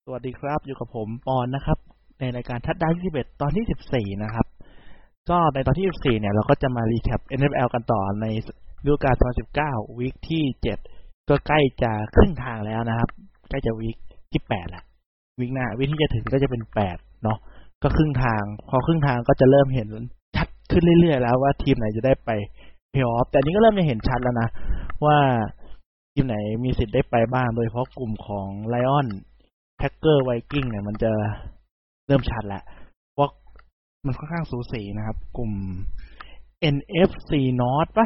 สวัสดีครับอยู่กับผมปอนนะครับในรายการทัดดาว21ตอนที่14นะครับก็ในตอนที่14เนี่ยเราก็จะมารีแคป NFL กันต่อในฤดูกาล2019วีคที่7ก็ใกล้จะครึ่งทางแล้วนะครับใกล้จะวีคที่8แล้ววีคหน้าวีคที่จะถึงก็จะเป็น8เนาะก็ครึ่งทางพอครึ่งทางก็จะเริ่มเห็นชัดขึ้นเรื่อยๆแล้วว่าทีมไหนจะได้ไปเพลย์ออฟแต่นี้ก็เริ่มจะเห็นชัดแล้วนะว่าทีมไหนมีสิทธิ์ได้ไปบ้างโดยเฉพาะกลุ่มของไลออนแพ็คเกอร์ไวกิ้งเนี่ยมันจะเริ่มชัดแล้วว่ามันค่อนข้างสูสีนะครับกลุ่ม NFC North ปะ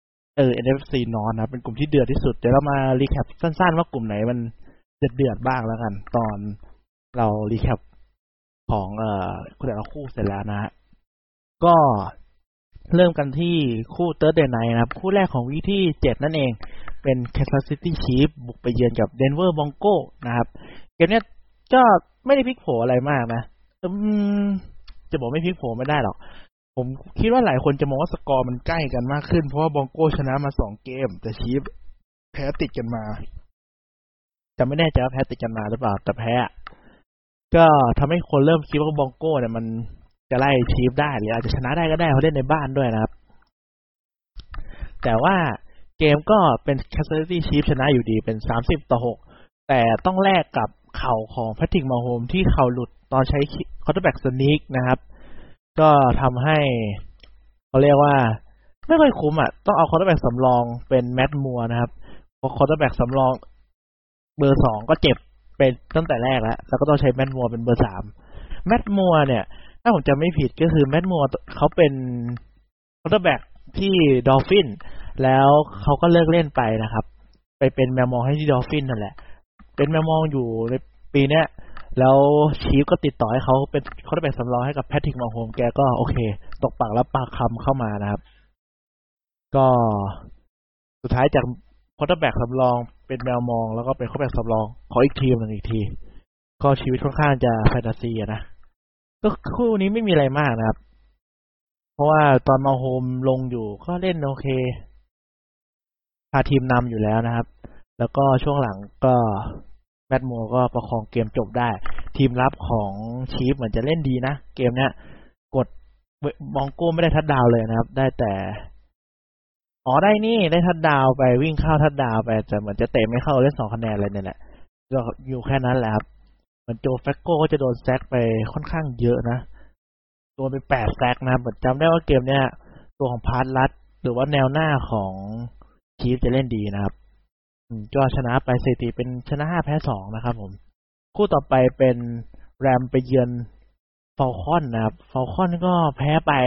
NFC North นะเป็นกลุ่มที่เดือดที่สุดเดี๋ยวเรามารีแคปสั้นๆว่ากลุ่มไหนมันเดือดบ้างแล้วกันตอนเรารีแคปของแต่ละคู่เสร็จแล้วนะฮะก็เริ่มกันที่คู่ Thursday Night นะครับคู่แรกของวีคที่7นั่นเองเป็น Kansas City Chiefs บุกไปเยือนกับ Denver Broncos นะครับเกมนี้ก็ไม่ได้พลิกโผอะไรมากนะจะบอกไม่พลิกโผไม่ได้หรอกผมคิดว่าหลายคนจะมองว่าสกอร์มันใกล้กันมากขึ้นเพราะว่าบองโก้ชนะมา2เกมแต่ชีฟแพ้ติดกันมาแต่ไม่แน่ใจว่าแพ้ติดกันมาหรือเปล่าแต่แพ้ก็ทำให้คนเริ่มคิดว่าบองโก้เนี่ยมันจะไล่ชีฟได้หรืออาจจะชนะได้ก็ได้เพราะเล่นในบ้านด้วยนะครับแต่ว่าเกมก็เป็น Kansas City Chiefs ชนะอยู่ดีเป็น30-6แต่ต้องแลกกับเข่าของแพทริกมาโฮมที่เข่าหลุดตอนใช้ควอเตอร์แบ็กสนีกนะครับก็ทำให้เขาเรียกว่าไม่ค่อยคุ้มอ่ะต้องเอาควอเตอร์แบ็กสำรองเป็นแมตต์มัวนะครับเพราะควอเตอร์แบ็กสำรองเบอร์2ก็เจ็บเป็นตั้งแต่แรกแล้วก็ต้องใช้แมตต์มัวเป็นเบอร์3แมตต์มัวเนี่ยถ้าผมจำไม่ผิดก็คือแมตต์มัวเขาเป็นควอเตอร์แบ็กที่ดอลฟินแล้วเขาก็เลิกเล่นไปนะครับไปเป็นแมวมองให้ที่ดอลฟินนั่นแหละเป็นแมวมองอยู่ในปีเนี้ยแล้วชีฟก็ติดต่อให้เขาเป็นควอเตอร์แบ็กสำรองให้กับแพทริกมาโฮมแกก็โอเคตกปากรับปากคำเข้ามานะครับก็สุดท้ายจากควอเตอร์แบ็กสำรองเป็นแมวมองแล้วก็เป็นควอเตอร์แบ็กสำรองของอีกทีมหนึ่งอีกทีก็ชีวิตค่อนข้างจะแฟนตาซีนะก็คู่นี้ไม่มีอะไรมากนะครับเพราะว่าตอนมาโฮมลงอยู่ก็เล่นโอเคพาทีมนำอยู่แล้วนะครับแล้วก็ช่วงหลังก็แมตต์มัวก็ประคองเกมจบได้ทีมรับของชีฟเหมือนจะเล่นดีนะเกมเนี้ยกดบองโก้ไม่ได้ทัดดาวเลยนะครับได้แต่ได้นี่ได้ทัดดาวไปวิ่งเข้าทัดดาวไปแต่เหมือนจะเตะไม่เข้าเล่น2คะแนนเลยเนี่ยแหละก็อยู่แค่นั้นแหละครับเหมือนโจแฟกโก้ก็จะโดนแซกไปค่อนข้างเยอะนะโดนไป8แซกนะเหมือนจำได้ว่าเกมเนี้ยตัวของพาร์ทลัดหรือว่าแนวหน้าของชีฟจะเล่นดีนะครับก็ชนะไปสถิติเป็นชนะ5แพ้2นะครับผมคู่ต่อไปเป็นแรมไปเยือนฟอลคอนนะครับฟอลคอนก็แพ้ไป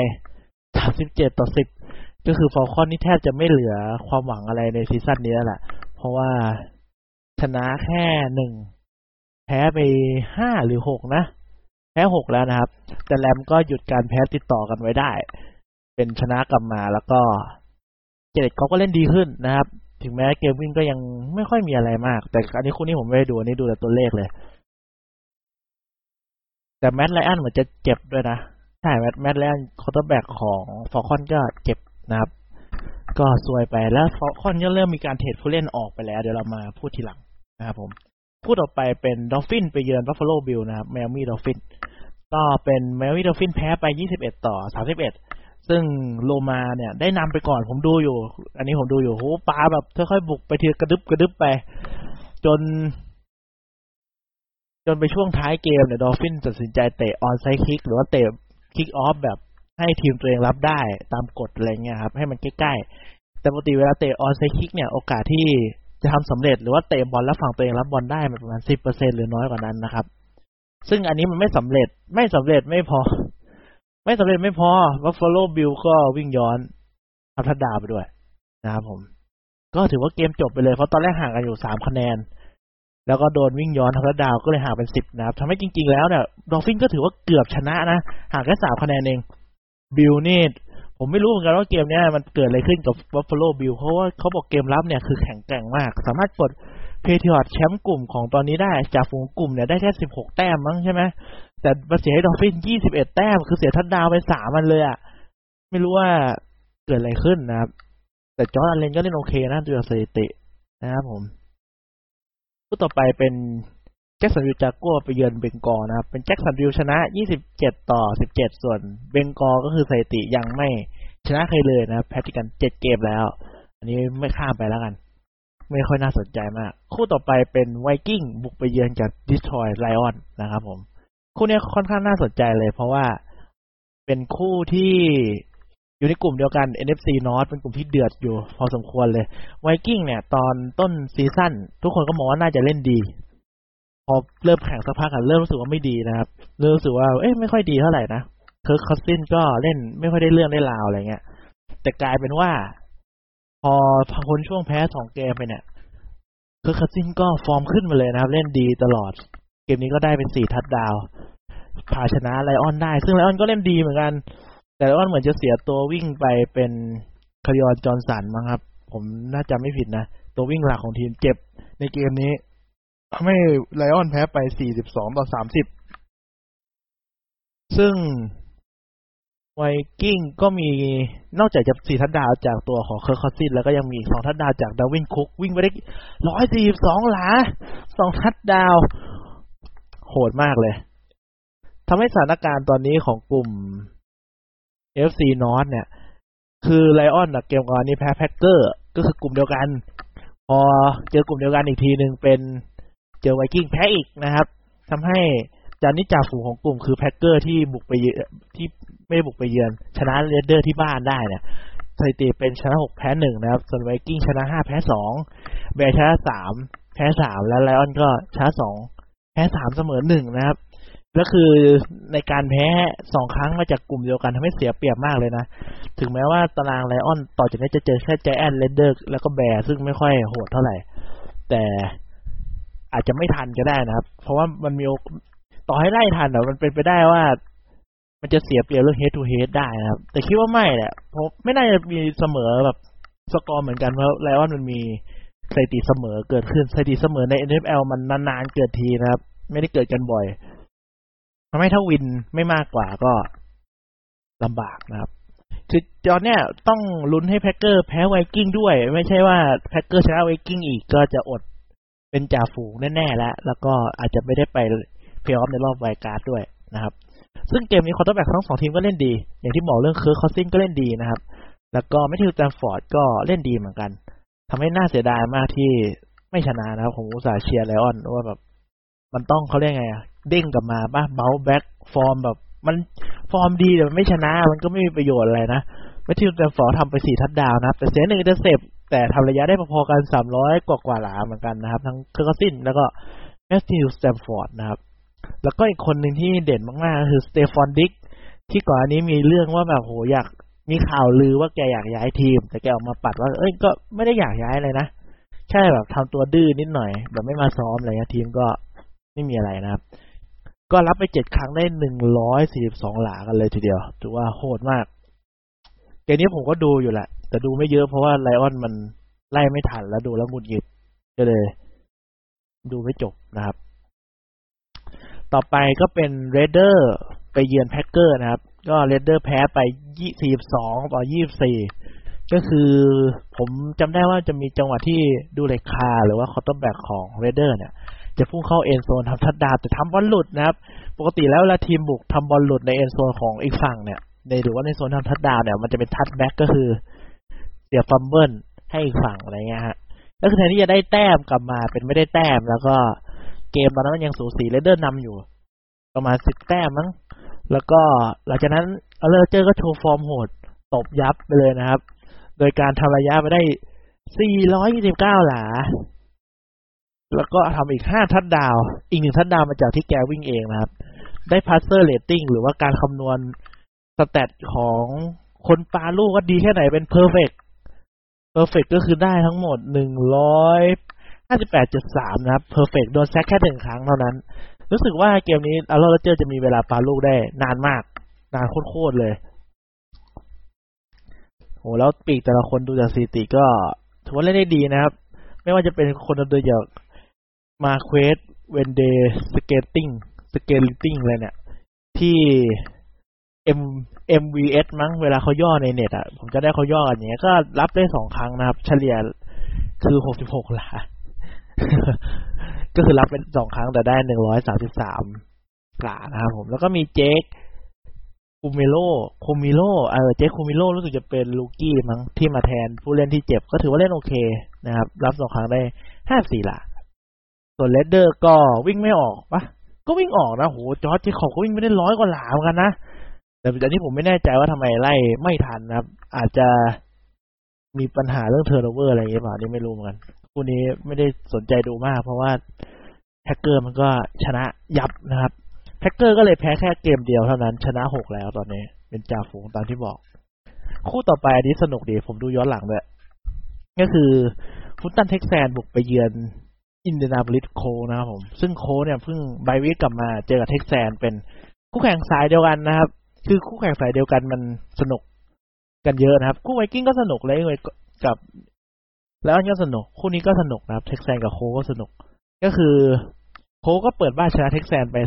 37-10ก็คือฟอลคอนนี่แทบจะไม่เหลือความหวังอะไรในซีซั่นนี้แล้วแหละเพราะว่าชนะแค่1แพ้ไป5หรือ6นะแพ้6แล้วนะครับแต่แรมก็หยุดการแพ้ติดต่อกันไว้ได้เป็นชนะกลับมาแล้วก็เจเด็ดเขาก็เล่นดีขึ้นนะครับถึงแม้เกมวิ่งก็ยังไม่ค่อยมีอะไรมากแต่อันนี้คู่นี้ผมไม่ได้ดูอันนี้ดูแต่ตัวเลขเลยแต่แมตต์ไลออนเหมือนจะเจ็บด้วยนะใช่แมตต์ไลออนควอเตอร์แบ็กของฟอลคอนก็เจ็บนะครับก็ซวยไปแล้วฟอลคอนก็เริ่มมีการเทรดผู้เล่นออกไปแล้วเดี๋ยวเรามาพูดทีหลังนะครับผมพูดต่อไปเป็นดอลฟินไปเยือนบัฟฟาโลบิลนะครับแมวมี่ดอลฟินก็เป็นแมวมี่ดอลฟินแพ้ไป21-31ซึ่งโลมาเนี่ยได้นำไปก่อนผมดูอยู่อันนี้ผมดูอยู่โหปาแบบค่อยๆบุกไปทีกระดึบไปจนไปช่วงท้ายเกมเนี่ยดอลฟินตัดสินใจเตะออนไซด์คิกหรือว่าเตะคิกออฟแบบให้ทีมตัวเองรับได้ตามกฎอะไรเงี้ยครับให้มันใกล้ๆแต่ปกติเวลาเตะออนไซด์คิกเนี่ยโอกาสที่จะทำสำเร็จหรือว่าเตะบอลแล้วฝั่งตัวเองรับบอลได้มันประมาณ10%หรือน้อยกว่านั้นนะครับซึ่งอันนี้มันไม่สำเร็จไม่พอบัฟฟาโลบิลก็วิ่งย้อนเอาทัดดาวไปด้วยนะครับผมก็ถือว่าเกมจบไปเลยเพราะตอนแรกห่างกันอยู่3คะแนนแล้วก็โดนวิ่งย้อนทัดดาวก็เลยห่างเป็น10นะครับทำให้จริงๆแล้วเนี่ยดอลฟินก็ถือว่าเกือบชนะนะห่างแค่3คะแนนเองบิลนี่ผมไม่รู้เหมือนกันว่าเกมนี้มันเกิดอะไรขึ้นกับบัฟฟาโลบิลเพราะว่าเขาบอกเกมรับเนี่ยคือแข็งแกร่งมากสามารถปลดเพเทียร์แชมป์กลุ่มของตอนนี้ได้จากฝูงกลุ่มเนี่ยได้แค่16แต้มมั้งใช่ไหมแต่มาเสียให้ดอลฟิน21แต้มคือเสียทัดดาวไป3มันเลยอ่ะไม่รู้ว่าเกิดอะไรขึ้นนะครับแต่จอร์แดนเลนก็เล่นโอเคนะดูจากสถิตินะครับผมคู่ต่อไปเป็นแจ็คสันวิลจากัวไปเยือนเบงกอลนะครับเป็นแจ็คสันวิลชนะ27-17ส่วนเบงกอลก็คือสถิติยังไม่ชนะใครเลยนะครับแพ้ติดกัน7เกมแล้วอันนี้ไม่ข้ามไปแล้วกันไม่ค่อยน่าสนใจมากคู่ต่อไปเป็นไวกิ้งบุกไปเยือนกับดีทรอยต์ไลออนนะครับผมคู่นี้ค่อนข้างน่าสนใจเลยเพราะว่าเป็นคู่ที่อยู่ในกลุ่มเดียวกัน NFC North เป็นกลุ่มที่เดือดอยู่พอสมควรเลยไวกิ้งเนี่ยตอนต้นซีซั่นทุกคนก็มองว่าน่าจะเล่นดีพอเริ่มแข่งสักพักกันเริ่มรู้สึกว่าไม่ดีนะครับเริ่มรู้สึกว่าไม่ค่อยดีเท่าไหร่นะเคิร์ก คัสซินก็เล่นไม่ค่อยได้เรื่องได้ราวอะไรเงี้ยแต่กลายเป็นว่าพอพ้นช่วงแพ้2เกมไปเนี่ยเคิร์ก คัสซินก็ฟอร์มขึ้นมาเลยนะครับเล่นดีตลอดเกมนี้ก็ได้เป็น4 ทัชดาวน์พาชนะไลออนได้ซึ่งไลออนก็เล่นดีเหมือนกันแต่ไลออนเหมือนจะเสียตัววิ่งไปเป็นคาริออน จอห์นสันมั้งครับผมน่าจะไม่ผิดนะตัววิ่งหลักของทีมเจ็บในเกมนี้ทำให้ไลออนแพ้ไป42-30ซึ่งไวกิ้งก็มีนอกจากจะ4 ทัชดาวน์จากตัวของเคิร์ก คัสซินแล้วก็ยังมี2 ทัชดาวน์จากดาวิน คุกวิ่งไปได้142หลา2 ทัชดาวน์โหดมากเลยทำให้สถานการณ์ตอนนี้ของกลุ่ม AFC North เนี่ยคือไลออนเกมก่อนนี้แพ้แพ็คเกอร์ก็คือกลุ่มเดียวกันพอเจอกลุ่มเดียวกันอีกทีนึงเป็นเจอไวกิ้งแพ้อีกนะครับทำให้จานนี้จ่าฝูงของกลุ่มคือแพ็คเกอร์ที่บุกไปที่ไม่บุกไปเยือนชนะเรดเดอร์ที่บ้านได้เนี่ยสถิติเป็นชนะ6แพ้1นะครับส่วนไวกิ้งชนะ5แพ้2แบร์ชนะ3แพ้3แล้วไลออนก็ชนะ2แพ้3เสมอ1นะครับก็คือในการแพ้2ครั้งมาจากกลุ่มเดียวกันทำให้เสียเปรียบมากเลยนะถึงแม้ว่าตารางไลออนต่อจากนี้จะเจอแค่ไจแอนท์ เรดเดอร์แล้วก็แบร์ซึ่งไม่ค่อยโหดเท่าไหร่แต่อาจจะไม่ทันก็ได้นะครับเพราะว่ามันมีต่อให้ไล่ทันมันเป็นไปได้ว่ามันจะเสียเปรียบเรื่อง head to head ได้นะครับแต่คิดว่าไม่แหละเพราะไม่น่าจะมีเสมอแบบสกอร์เหมือนกันเพราะไลออนมันมีสถิติเสมอเกิดขึ้นสถิติเสมอใน NFL มันนานๆเกิดทีนะครับไม่ได้เกิดกันบ่อยทำให้ถ้าวินไม่มากกว่าก็ลำบากนะครับคือตอนเนี้ยต้องลุ้นให้แพ็คเกอร์แพ้ไวกิ้งด้วยไม่ใช่ว่าแพ็คเกอร์ชนะไวกิ้งอีกก็จะอดเป็นจ่าฝูงแน่ๆแล้วก็อาจจะไม่ได้ไปเพลย์ออฟในรอบไวล์การ์ดด้วยนะครับซึ่งเกมนี้ควอเตอร์แบ็กทั้ง2ทีมก็เล่นดีอย่างที่บอกเรื่องเคิร์ก คัสซินก็เล่นดีนะครับแล้วก็แมทธิว สแตมฟอร์ดก็เล่นดีเหมือนกันทำให้น่าเสียดายมากที่ไม่ชนะนะครับผมอุตส่าห์เชียร์ไลออนว่าแบบมันต้องเขาเรียกไงเด้งกลับมาป่ะเบลแบ็กฟอร์มแบบมันฟอร์มดีแต่ไม่ชนะมันก็ไม่มีประโยชน์อะไรนะแมทธิว สแตมฟอร์ดทำไป4 ทัชดาวน์นะครับแต่เสีย1 อินเตอร์เซปแต่ทำระยะได้พอๆกัน300กว่าหลาเหมือนกันนะครับทั้งเคิร์ก คัสซินแล้วก็แมทธิว สแตมฟอร์ดนะครับแล้วก็อีกคนหนึ่งที่เด่นมากๆก็คือสเตฟอน ดิกที่ก่อนอันนี้มีเรื่องว่าแบบโหอยากมีข่าวลือว่าแกอยากย้ายทีมแต่แกออกมาปัดว่าก็ไม่ได้อยากย้ายเลยนะแค่แบบทำตัวดื้อนิดหน่อยแบบไม่มาซ้อมอะไรเงี้ยทีมก็ไม่มีอะไรนะครับก็รับไป7 ครั้งได้142หลากันเลยทีเดียวถือว่าโหดมากเกมนี้ผมก็ดูอยู่แหละแต่ดูไม่เยอะเพราะว่าไลออนมันไล่ไม่ทันแล้วดูแล้วหงุดหงิดก็เลยดูไม่จบนะครับต่อไปก็เป็นเรดเดอร์ไปเยือนแพ็คเกอร์นะครับก็เรดเดอร์แพ้ไป42-24ก็คือผมจำได้ว่าจะมีจังหวะที่ดูเลคาหรือว่าคอร์เตอร์แบ็กของเรดเดอร์เนี่ยจะพุ่งเข้าเอ็นโซนทำทัชดาวน์แต่ทำบอลหลุดนะครับปกติแล้วเวลาทีมบุกทำบอลหลุดในเอ็นโซนของอีกฝั่งเนี่ยในหรือว่าในโซนทำทัชดาวน์เนี่ยมันจะเป็นทัชแบ็กก็คือเสียฟัมเบิลให้อีกฝั่งอะไรเงี้ยฮะก็คือแทนที่จะได้แต้มกลับมาเป็นไม่ได้แต้มแล้วก็เกมตอนนั้นมันยังสูสีเรดเดอร์นำอยู่ประมาณ10 แต้มมั้งแล้วก็หลังจากนั้นเลอร์เจอร์ก็โชว์ฟอร์มโหดตบยับไปเลยนะครับโดยการทำระยะไปได้429หลาแล้วก็ทำอีก5 ทัชดาวน์อีก1 ทัชดาวน์มาจากที่แกวิ่งเองนะครับได้พาสเซอร์เรตติ้งหรือว่าการคำนวณสแตทของคนปาลูกว่าดีแค่ไหนเป็นเพอร์เฟกต์ก็คือได้ทั้งหมด158.3นะครับเพอร์เฟกต์โดนแซคแค่1 ครั้งเท่านั้นรู้สึกว่าเกมนี้อาร์โรเจอร์จะมีเวลาปาลูกได้นานมากนานโคตรเลยโหแล้วปีกแต่ละคนดูจากสถิติก็ถือว่าเล่นได้ดีนะครับไม่ว่าจะเป็นคนโดยอย่างมาเควสเวนเดย์สเกลติ้งอะไรเนี่ยที่ MVS มั้งเวลาเขาย่อในเน็ตผมจะได้เขาย่อกันอย่างเงี้ยก็รับได้2 ครั้งนะครับเฉลี่ยคือ66หลาก็คือรับเป็น2 ครั้งแต่ได้133กว่านะครับผมแล้วก็มีเจคคูมิโลเจคคูมิโลรู้สึกจะเป็นลูกี้มั้งที่มาแทนผู้เล่นที่เจ็บก็ถือว่าเล่นโอเคนะครับรับ2 ครั้งได้54หลาส่วนเลดเดอร์ก็วิ่งไม่ออกปะก็วิ่งออกนะโหจอร์จเจคอบก็วิ่งไม่ได้100 กว่าหลาเหมือนกันนะแต่อันนี้ผมไม่แน่ใจว่าทำไมไล่ไม่ทันนะครับอาจจะมีปัญหาเรื่องเทิร์นโอเวอร์อะไรอย่างเงี้ยเปล่านี่ไม่รู้เหมือนกันคู่นี้ไม่ได้สนใจดูมากเพราะว่าแฮกเกอร์มันก็ชนะยับนะครับแฮกเกอร์ก็เลยแพ้แค่เกมเดียวเท่านั้นชนะ6แล้วตอนนี้เป็นจ่าฝูงตามที่บอกคู่ต่อไปอันนี้สนุกดีผมดูย้อนหลังด้วยก็คือฟุตตันเท็กซัสบุกไปเยือนอินเดียนาโพลิสโคนะครับผมซึ่งโคเนี่ยเพิ่งไบวิกกลับมาเจอกับเท็กซัสเป็นคู่แข่งสายเดียวกันนะครับคือคู่แข่งสายเดียวกันมันสนุกกันเยอะนะครับคู่ไวกิ้งก็สนุกเลยกับแล้วอันก็สนุกคู่นี้ก็สนุกนะครับเท็กซัสกับโคก็สนุกก็คือโคก็เปิดบ้านชนะเท็กซัสไป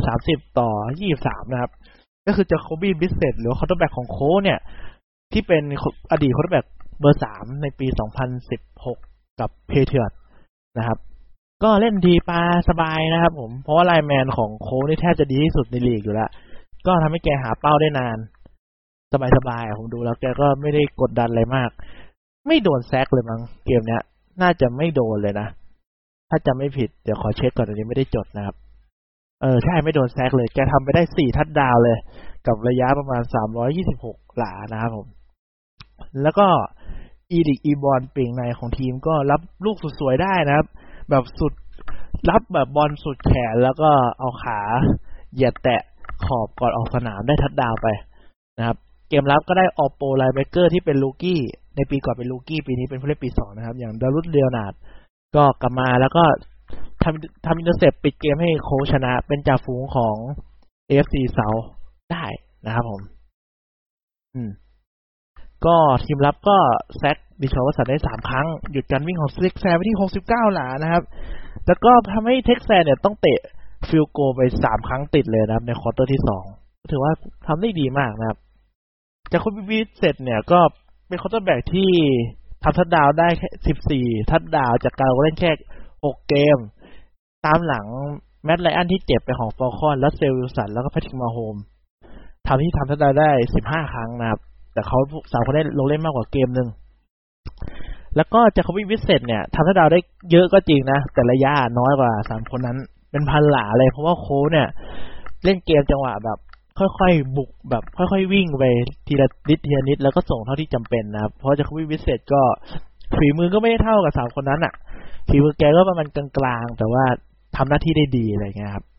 30-23นะครับก็คือจาโคบี้บิสเซตหรือว่าคอร์เตอร์แบ็กของโคเนี่ยที่เป็นอดีตคอร์เตอร์แบ็กเบอร์3ในปี2016กับเพเทียร์นะครับก็เล่นดีปาสบายนะครับผมเพราะว่าไลน์แมนของโคนี่แทบจะดีที่สุดในลีกอยู่แล้วก็ทำให้แกหาเป้าได้นานสบายๆผมดูแล้วแกก็ไม่ได้กดดันอะไรมากไม่โดนแซกเลยมั้งเกมเนี้ยน่าจะไม่โดนเลยนะถ้าจำไม่ผิดเดี๋ยวขอเช็คก่อนอันนี้ไม่ได้จดนะครับใช่ไม่โดนแซกเลยแกทำไปได้4 ทัชดาวน์เลยกับระยะประมาณ326หลานะครับผมแล้วก็อีดิกอีบอลปีกในของทีมก็รับลูกสุดสวยได้นะครับแบบสุดรับแบบบอลสุดแขนแล้วก็เอาขาเหยียดแตะขอบก่อนออกสนามได้ทัชดาวน์ไปนะครับเกมรับก็ได้ออปโปไลน์แบ็คเกอร์ที่เป็นลูกี้ในปีก่อนเป็นลูกี้ปีนี้เป็นผู้เล่นปี2นะครับอย่างดารุสเลียนาร์ดก็กลับมาแล้วก็ทำอินเตอร์เซปปิดเกมให้โคชนะเป็นจ่าฝูงของ AFC South ได้นะครับผมก็ทีมรับก็แซคดิชอวัสันได้3 ครั้งหยุดการวิ่งของเท็กซัสไปที่69หลานะครับแล้วก็ทำให้เท็กซัสเนี่ยต้องเตะฟิลโกไป3 ครั้งติดเลยนะครับในควอเตอร์ที่2ถือว่าทำได้ดีมากนะครับจากคนบิสเซตเนี่ยก็เป็นควอเตอร์แบ็กที่ทำทัชดาวน์ได้แค่14ทัชดาวน์จากการเล่นแค่6 เกมตามหลังแมตต์ไลอันที่เจ็บไปของฟอลคอนและเซลวิลสันแล้วก็แพทริกมาโฮมทำทัชดาวน์ได้15 ครั้งนะครับแต่เขา3 คนได้ลงเล่นมากกว่าเกมนึงแล้วก็จาโคบี้วิสเซตเนี่ยทำทัชดาวน์ได้เยอะก็จริงนะแต่ระยะน้อยกว่า3 คนนั้นเป็นพันหลาเลยเพราะว่าโค้ชเนี่ยเล่นเกมจังหวะแบบค่อยๆบุกแบบค่อยๆวิ่งไปทีละนิดแล้วก็ส่งเท่าที่จำเป็นนะครับเพราะจาโคบี้วิสเซตก็ฝีมือก็ไม่ได้เท่ากับ3 คนนั้นอ่ะฝีมือแกก็ประมาณกลางๆแต่ว่าทำหน้าที่ได้ดีอะไรเงี้ยครับ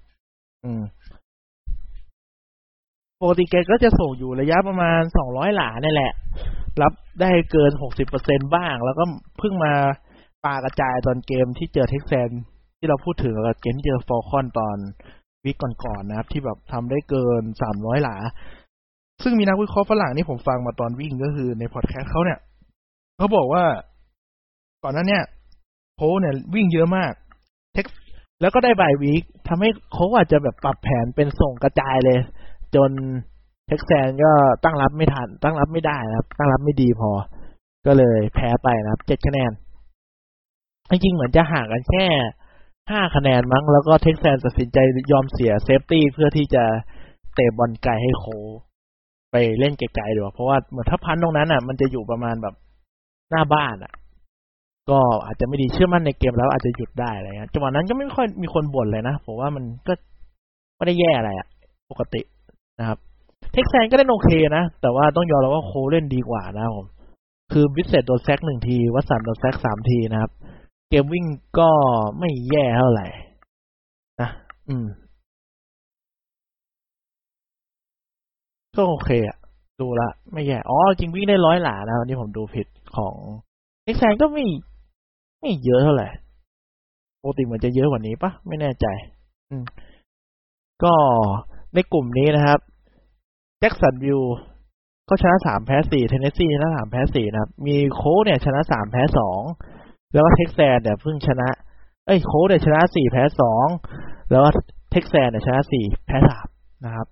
ปกติแกก็จะส่งอยู่ระยะประมาณ200หลาเนี่ยแหละรับได้เกิน 60% บ้างแล้วก็เพิ่งมาปากระจายตอนเกมที่เจอเท็กซัสที่เราพูดถึงกับเกมที่เจอฟอลคอนตอนวีคก่อนๆนะครับที่แบบทำได้เกิน300หลาซึ่งมีนักวิเคราะห์ฝรั่งนี่ผมฟังมาตอนวิ่งก็คือในพอดแคสต์เขาเนี่ยเขาบอกว่าก่อนหน้านี้โค้ชเนี่ยวิ่งเยอะมากแล้วก็ได้บายวีคทำให้เขาอาจจะแบบปรับแผนเป็นส่งกระจายเลยจนเท็กซัสก็ตั้งรับไม่ทันตั้งรับไม่ได้นะครับตั้งรับไม่ดีพอก็เลยแพ้ไปนะครับ7 คะแนนจริงๆเหมือนจะห่างกันแค่5 คะแนนมั้งแล้วก็เท็กซัสตัดสินใจยอมเสียเซฟตี้เพื่อที่จะเตะบอลไกลให้โคไปเล่นไกลๆดีกว่าเพราะว่าเหมือนถ้าพันตรงนั้นอ่ะมันจะอยู่ประมาณแบบหน้าบ้านอ่ะก็อาจจะไม่ดีเชื่อมั่นในเกมแล้วอาจจะหยุดได้อะไรเงี้ยจังหวะนั้นก็ไม่ค่อยมีคนบ่นเลยนะผมว่ามันก็ไม่ได้แย่อะไรอ่ะปกตินะครับเท็กซัสก็เล่นโอเคนะแต่ว่าต้องยอมรับว่าโคเล่นดีกว่านะผมคือวิสเซตโดนแซก1 ทีวัตสันโดนแซก3 ทีนะครับเกมวิ่งก็ไม่แย่เท่าไหร่นะก็โอเคอ่ะดูละไม่แย่จริงวิ่งได้100หลานะวันนี้ผมดูผิดของเท็กซัสก็ไม่เยอะเท่าไหร่ปกติเหมือนจะเยอะกว่านี้ปะไม่แน่ใจก็ในกลุ่มนี้นะครับแจ็คสันวิลล์ก็ชนะ3 แพ้ 4เทนเนสซีชนะ3 แพ้ 4นะครับมีโค้ชเนี่ยชนะ3 แพ้ 2แล้วก็เท็กซัสเนี่ยเพิ่งชนะโค้ชเนี่ยชนะ4 แพ้ 2แล้วก็เท็กซัสเนี่ยชนะ4 แพ้3นะครับ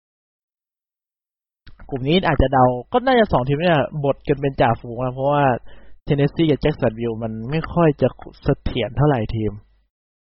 กลุ่มนี้อาจจะเดาก็น่าจะ2 ทีมเนี่ยบทกันเป็นจ่าฝูงนะเพราะว่าเทนเนสซีกับแจ็คสันวิลล์มันไม่ค่อยจะเสถียรเท่าไหร่ทีม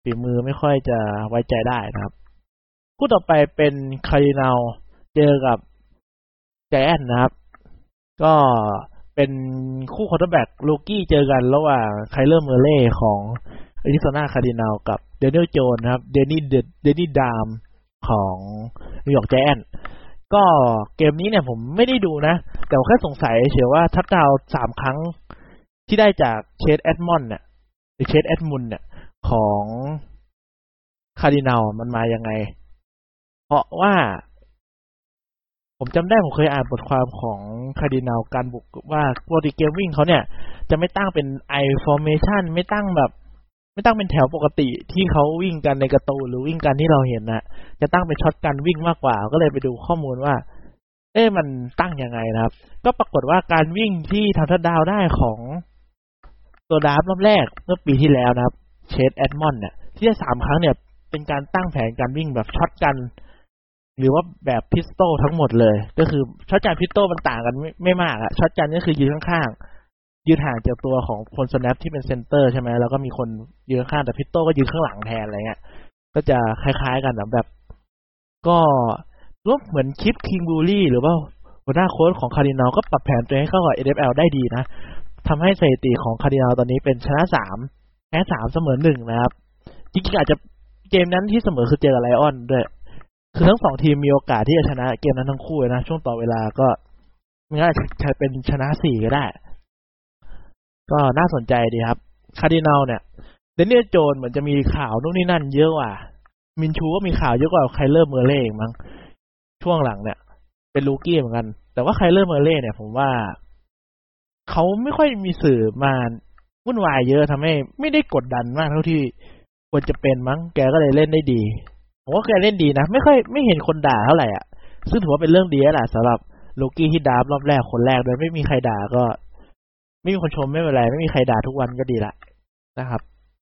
ฝีมือไม่ค่อยจะไว้ใจได้นะครับคู่ต่อไปเป็นคาร์ดินัลเจอกับไจแอนท์นะครับก็เป็นคู่ควอเตอร์แบ็กลูกี้เจอกันระหว่างไคลเลอร์เมอร์เล่ของอาริโซนาคาร์ดินัลกับเดนิเอลโจนส์นะครับเดนนี่ดามของนิวยอร์กไจแอนท์ก็เกมนี้เนี่ยผมไม่ได้ดูนะแต่แค่สงสัยเฉยว่าทัชดาวน์3 ครั้งที่ได้จากเชสแอดมอนด์เนี่ยหรือเชสแอดมุนเนี่ยของคาร์ดินัลมันมายังไงเพราะว่าผมจำได้ผมเคยอ่านบทความของคาร์ดินัลการบุกว่าปกติเกมวิ่งเขาเนี่ยจะไม่ตั้งเป็น I formation ไม่ตั้งเป็นแถวปกติที่เขาวิ่งกันในการ์ตูนหรือวิ่งกันที่เราเห็นนะจะตั้งเป็นช็อตกันวิ่งมากกว่าก็เลยไปดูข้อมูลว่ามันตั้งยังไงนะครับก็ปรากฏว่าการวิ่งที่ทำทัชดาวน์ได้ของตัวดราฟต์รอบแรกเมื่อปีที่แล้วนะครับเชสแอดมอนด์เนี่ยที่ได้3 ครั้งเนี่ยเป็นการตั้งแผนการวิ่งแบบช็อตกันหรือว่าแบบพิสโตลทั้งหมดเลยก็คือช็อตกันพิสโตลมันต่างกันไม่มากอะช็อตกันก็คือยืนข้างๆยืนห่างจากตัวของคนสแนปที่เป็นเซนเตอร์ใช่ไหมแล้วก็มีคนยืนข้างแต่พิสโตลก็ยืนข้างหลังแทนอะไรเงี้ยก็จะคล้ายๆกันแบบก็รู้เหมือนคิปคิงบูลี่หรือว่าหัวหน้าโค้ชของคาร์ดินัลก็ปรับแผนตัวให้เข้ากับ NFL ได้ดีนะทำให้สถิติของคาร์ดินัลตอนนี้เป็นชนะ3แพ้3เสมอ1นะครับจริงๆอาจจะเกมนั้นที่เสมอคือเจอกับไลออนด้วยคือทั้ง2 ทีมมีโอกาสที่จะชนะเกมนั้นทั้งคู่เลยนะช่วงต่อเวลาก็มันอาจจะเป็นชนะ4ก็ได้ก็น่าสนใจดีครับคาร์ดินัลเนี่ยเดนเนียลโจนส์เหมือนจะมีข่าวนู่นนี่นั่นเยอะกว่ามินชูก็มีข่าวเยอะกว่าไคลเลอร์เมอร์เล่มั้งช่วงหลังเนี่ยเป็นลูกี้เหมือนกันแต่ว่าไคลเลอร์เมอร์เล่เนี่ยผมว่าเขาไม่ค่อยมีสื่อมาวุ่นวายเยอะทำให้ไม่ได้กดดันมากเท่าที่ควรจะเป็นมั้งแกก็เลยเล่นได้ดีผมว่าแกเล่นดีนะไม่เห็นคนด่าเท่าไหร่อ่ะซึ่งถือว่าเป็นเรื่องดีแหละสำหรับลูกี้ที่ดราฟต์รอบแรกคนแรกโดยไม่มีใครด่าก็ไม่มีคนชมไม่เป็นไรไม่มีใครด่าทุกวันก็ดีละนะครับ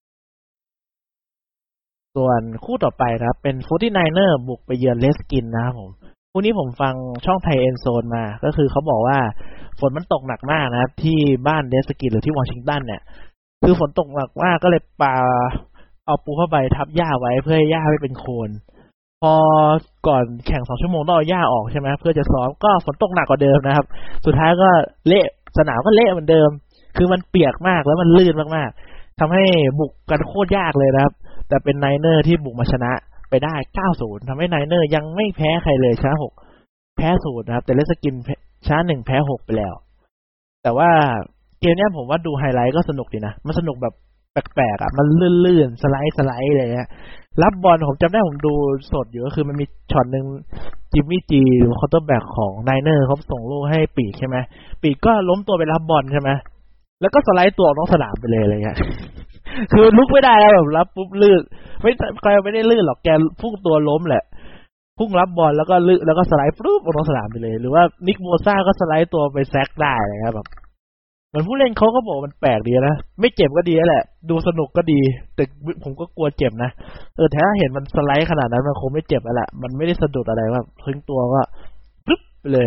ส่วนคู่ต่อไปครับเป็น 49ers บุกไปเยือนเรดสกินนะครับผมคู่นี้ผมฟังช่องไทยเอ็นโซนมาก็คือเขาบอกว่าฝนมันตกหนักมากนะครับที่บ้านเรดสกินหรือที่วอชิงตันเนี่ยคือฝนตกหนักมากก็เลยเอาปูผ้าใบทับหญ้าไว้เพื่อให้หญ้าไม่เป็นโคลนพอก่อนแข่ง2 ชั่วโมงต้องเอาหญ้าออกใช่ไหมเพื่อจะซ้อมก็ฝนตกหนักกว่าเดิมนะครับสุดท้ายก็เละสนามก็เละเหมือนเดิมคือมันเปียกมากแล้วมันลื่นมากๆทำให้บุกกันโคตรยากเลยนะครับแต่เป็นไนเนอร์ที่บุกมาชนะไปได้ 9-0 ทำให้ไนเนอร์ยังไม่แพ้ใครเลยชนะ6แพ้0นะครับแต่เรดสกินชนะ1แพ้6ไปแล้วแต่ว่าเกมนี้ผมว่าดูไฮไลท์ก็สนุกดีนะมันสนุกแบบแปลกๆอ่ะมันลื่นๆสไลด์อะไรเงี้ยรับบอลผมจำได้ผมดูสดอยู่ก็คือมันมีช็อตนึงจิมมี่จีหรือคอร์เตอร์แบ็กของไนเนอร์เขาส่งลูกให้ปีกใช่ไหมปีกก็ล้มตัวไปรับบอลใช่ไหมแล้วก็สไลด์ตัวออกนอกสนามไปเลยอะไรเงี้ยคือลุกไม่ได้แล้วแบบรับปุ๊บลื่นไม่ได้ลื่นหรอกแกพุ่งตัวล้มแหละพุ่งรับบอลแล้วก็ลื่นแล้วก็สไลด์ปุ๊บออกนอกสนามไปเลยหรือว่านิกโบซ่าก็สไลด์ตัวไปแซกได้อะไรเงี้ยแบบเหมือนผู้เล่นเขาก็บอกมันแปลกดีนะไม่เจ็บก็ดีแหละดูสนุกก็ดีแต่ผมก็กลัวเจ็บนะถ้าเห็นมันสไลด์ขนาดนั้นมันคงไม่เจ็บแล้วแหละมันไม่ได้สะดุดอะไรแบบทิ้งตัวก็ปุ๊บไปเลย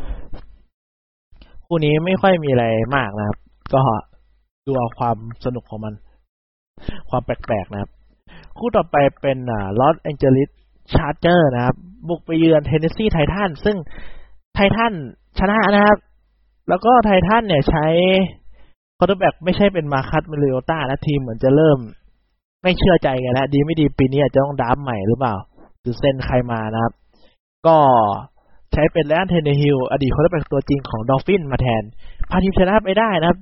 คู่นี้ไม่ค่อยมีอะไรมากนะครับก็ดูเอาความสนุกของมันความแปลกๆนะครับคู่ต่อไปเป็นลอสแองเจลิสชาร์เจอร์นะครับบุกไปเยือนเทนเนสซีไททันซึ่งไททันชนะนะครับแล้วก็ไททันเนี่ยใช้คอร์เตอร์แบ็กไม่ใช่เป็นมาคัสเมลิโอต้าและทีมเหมือนจะเริ่มไม่เชื่อใจกันแล้วดีไม่ดีปีนี้อาจจะต้องดราฟใหม่หรือเปล่าหรือเซ็นใครมานะครับก็ใช้เป็นแลนเทนเนฮิลอดีตคอร์เตอร์แบ็กตัวจริงของดอลฟินมาแทนพาทีมชนะไปได้นะครับ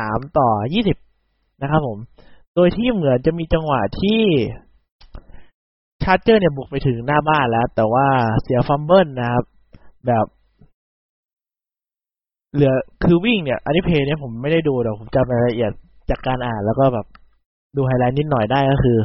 23-20นะครับผมโดยที่เหมือนจะมีจังหวะที่ชาร์เจอร์เนี่ยบุกไปถึงหน้าบ้านแล้วแต่ว่าเสียฟัมเบิลนะครับแบบเหลือคือวิ่งเนี่ยอันนี้เพลย์เนี่ยผมไม่ได้ดูแต่ผมจำรายละเอียดจากการอ่านแล้วก็แบบดูไฮไลท์นิดหน่อยได้ก็คือ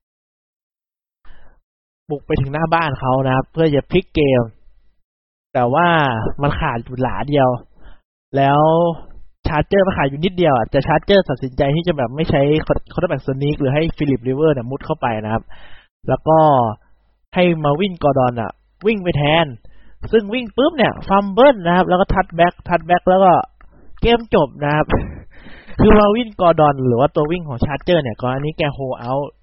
บุกไปถึงหน้าบ้านเขานะครับเพื่อจะพลิกเกมแต่ว่ามันขาดอยู่หลาเดียวแล้วชาร์เจอร์มันขาดอยู่นิดเดียวแต่ชาร์เจอร์ตัดสินใจที่จะแบบไม่ใช้คอร์เตอร์แบ็กสนิกหรือให้ฟิลิปริเวอร์เนี่ยมุดเข้าไปนะครับแล้วก็ให้มาวินกอร์ดอนวิ่งไปแทนซึ่งวิ่งปุ๊บเนี่ยฟัมเบิลนะครับแล้วก็ทัชแบ็กแล้วก็เกมจบนะครับคือมาวินกอร์ดอนหรือว่าตัววิ่งของชาร์เจอร์เนี่ยก่อนอันนี้แกโฮเอาท์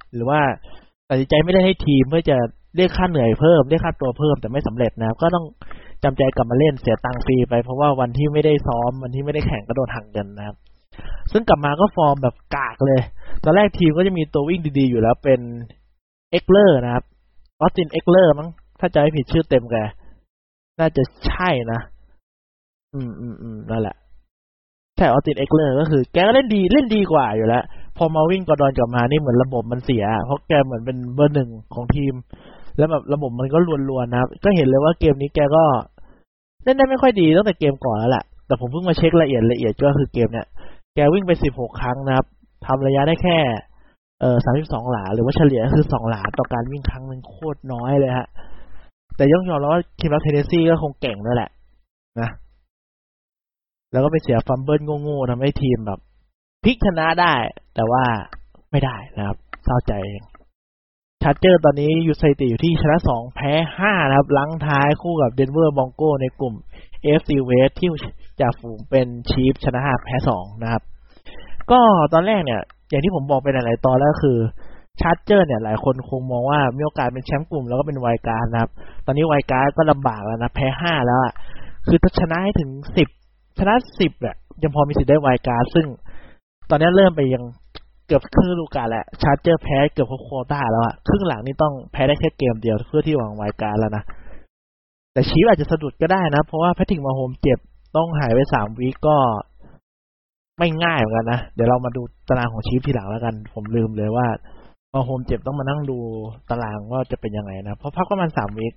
หรือว่าตัดสินใจไม่ได้ให้ทีมเพื่อจะเรียกค่าเหนื่อยเพิ่มเรียกค่าตัวเพิ่มแต่ไม่สำเร็จนะครับก็ต้องจำใจกลับมาเล่นเสียตังค์ฟรีไปเพราะว่าวันที่ไม่ได้ซ้อมวันที่ไม่ได้แข่งก็โดนหักเงินนะครับซึ่งกลับมาก็ฟอร์มแบบกากเลยตอนแรกทีมก็จะมีตัววิ่งดีๆอยู่แล้วเป็นเอ็กเลอร์นะครับออสตินเอ็กเลอร์มั้งถ้าจำไม่ผิดชื่อเต็มแกน่าจะใช่นะนั่นแหละใช่ออสตินเอ็กเลอร์ก็คือแกก็เล่นดีกว่าอยู่แล้วพอมาวิ่งกอร์ดอนกลับมานี่เหมือนระบบมันเสียเพราะแกเหมือนเป็นเบอร์หนึ่งของทีมแล้วแบบระบบมันก็ลวนๆนะครับก็เห็นเลยว่าเกมนี้แกก็เล่นได้ไม่ค่อยดีตั้งแต่เกมก่อนแล้วแหละแต่ผมเพิ่งมาเช็คละเอียดก็คือเกมเนี้ยแกวิ่งไป16ครั้งนะครับทำระยะได้แค่32หลาหรือว่าเฉลี่ยคือ2หลาต่อการวิ่งครั้งนึงโคตรน้อยเลยฮะแต่ยอมรับว่าคิมรักเทนเนสซีก็คงเก่งด้วยแหละนะแล้วก็ไปเสียฟัมเบิลโง่ๆทำให้ทีมแบบพลิกชนะได้แต่ว่าไม่ได้นะครับเศร้าใจเองชาร์เจอร์ตอนนี้อยู่สถิติอยู่ที่ชนะ2แพ้5นะครับลังท้ายคู่กับเดนเวอร์บรองโกในกลุ่ม AFC West ที่จ่าฝูงเป็นชีฟชนะ5แพ้2นะครับก็ตอนแรกเนี่ยอย่างที่ผมบอกไปหลายๆตอนแล้วคือชาร์เจอร์เนี่ยหลายคนคงมองว่ามีโอกาสเป็นแชมป์กลุ่มแล้วก็เป็นไวล์การ์ดนะครับตอนนี้ไวล์การ์ดก็ลำบากแล้วนะแพ้5แล้วอ่ะคือถ้าชนะให้ถึง10ชนะ10เนี่ยยังพอมีสิทธิ์ได้ไวล์การ์ดซึ่งตอนนี้เริ่มไปยังเกือบครึ่งฤดูกาลแล้วชาร์เจอร์แพ้เกือบโควต้าแล้วอ่ะครึ่งหลังนี่ต้องแพ้ได้แค่เกมเดียวเพื่อที่หวังไวล์การ์ดแล้วนะแต่ชีฟอาจจะสะดุดก็ได้นะเพราะว่าแพทริกมาโฮมเจ็บต้องหายไป3 วีคก็ไม่ง่ายเหมือนกันนะเดี๋ยวเรามาดูตารางของชีฟทีหลังแล้วกันผมลืมเลยว่ามาโฮมเจ็บต้องมานั่งดูตารางว่าจะเป็นยังไงนะเพราะพักประมาณ3 วีค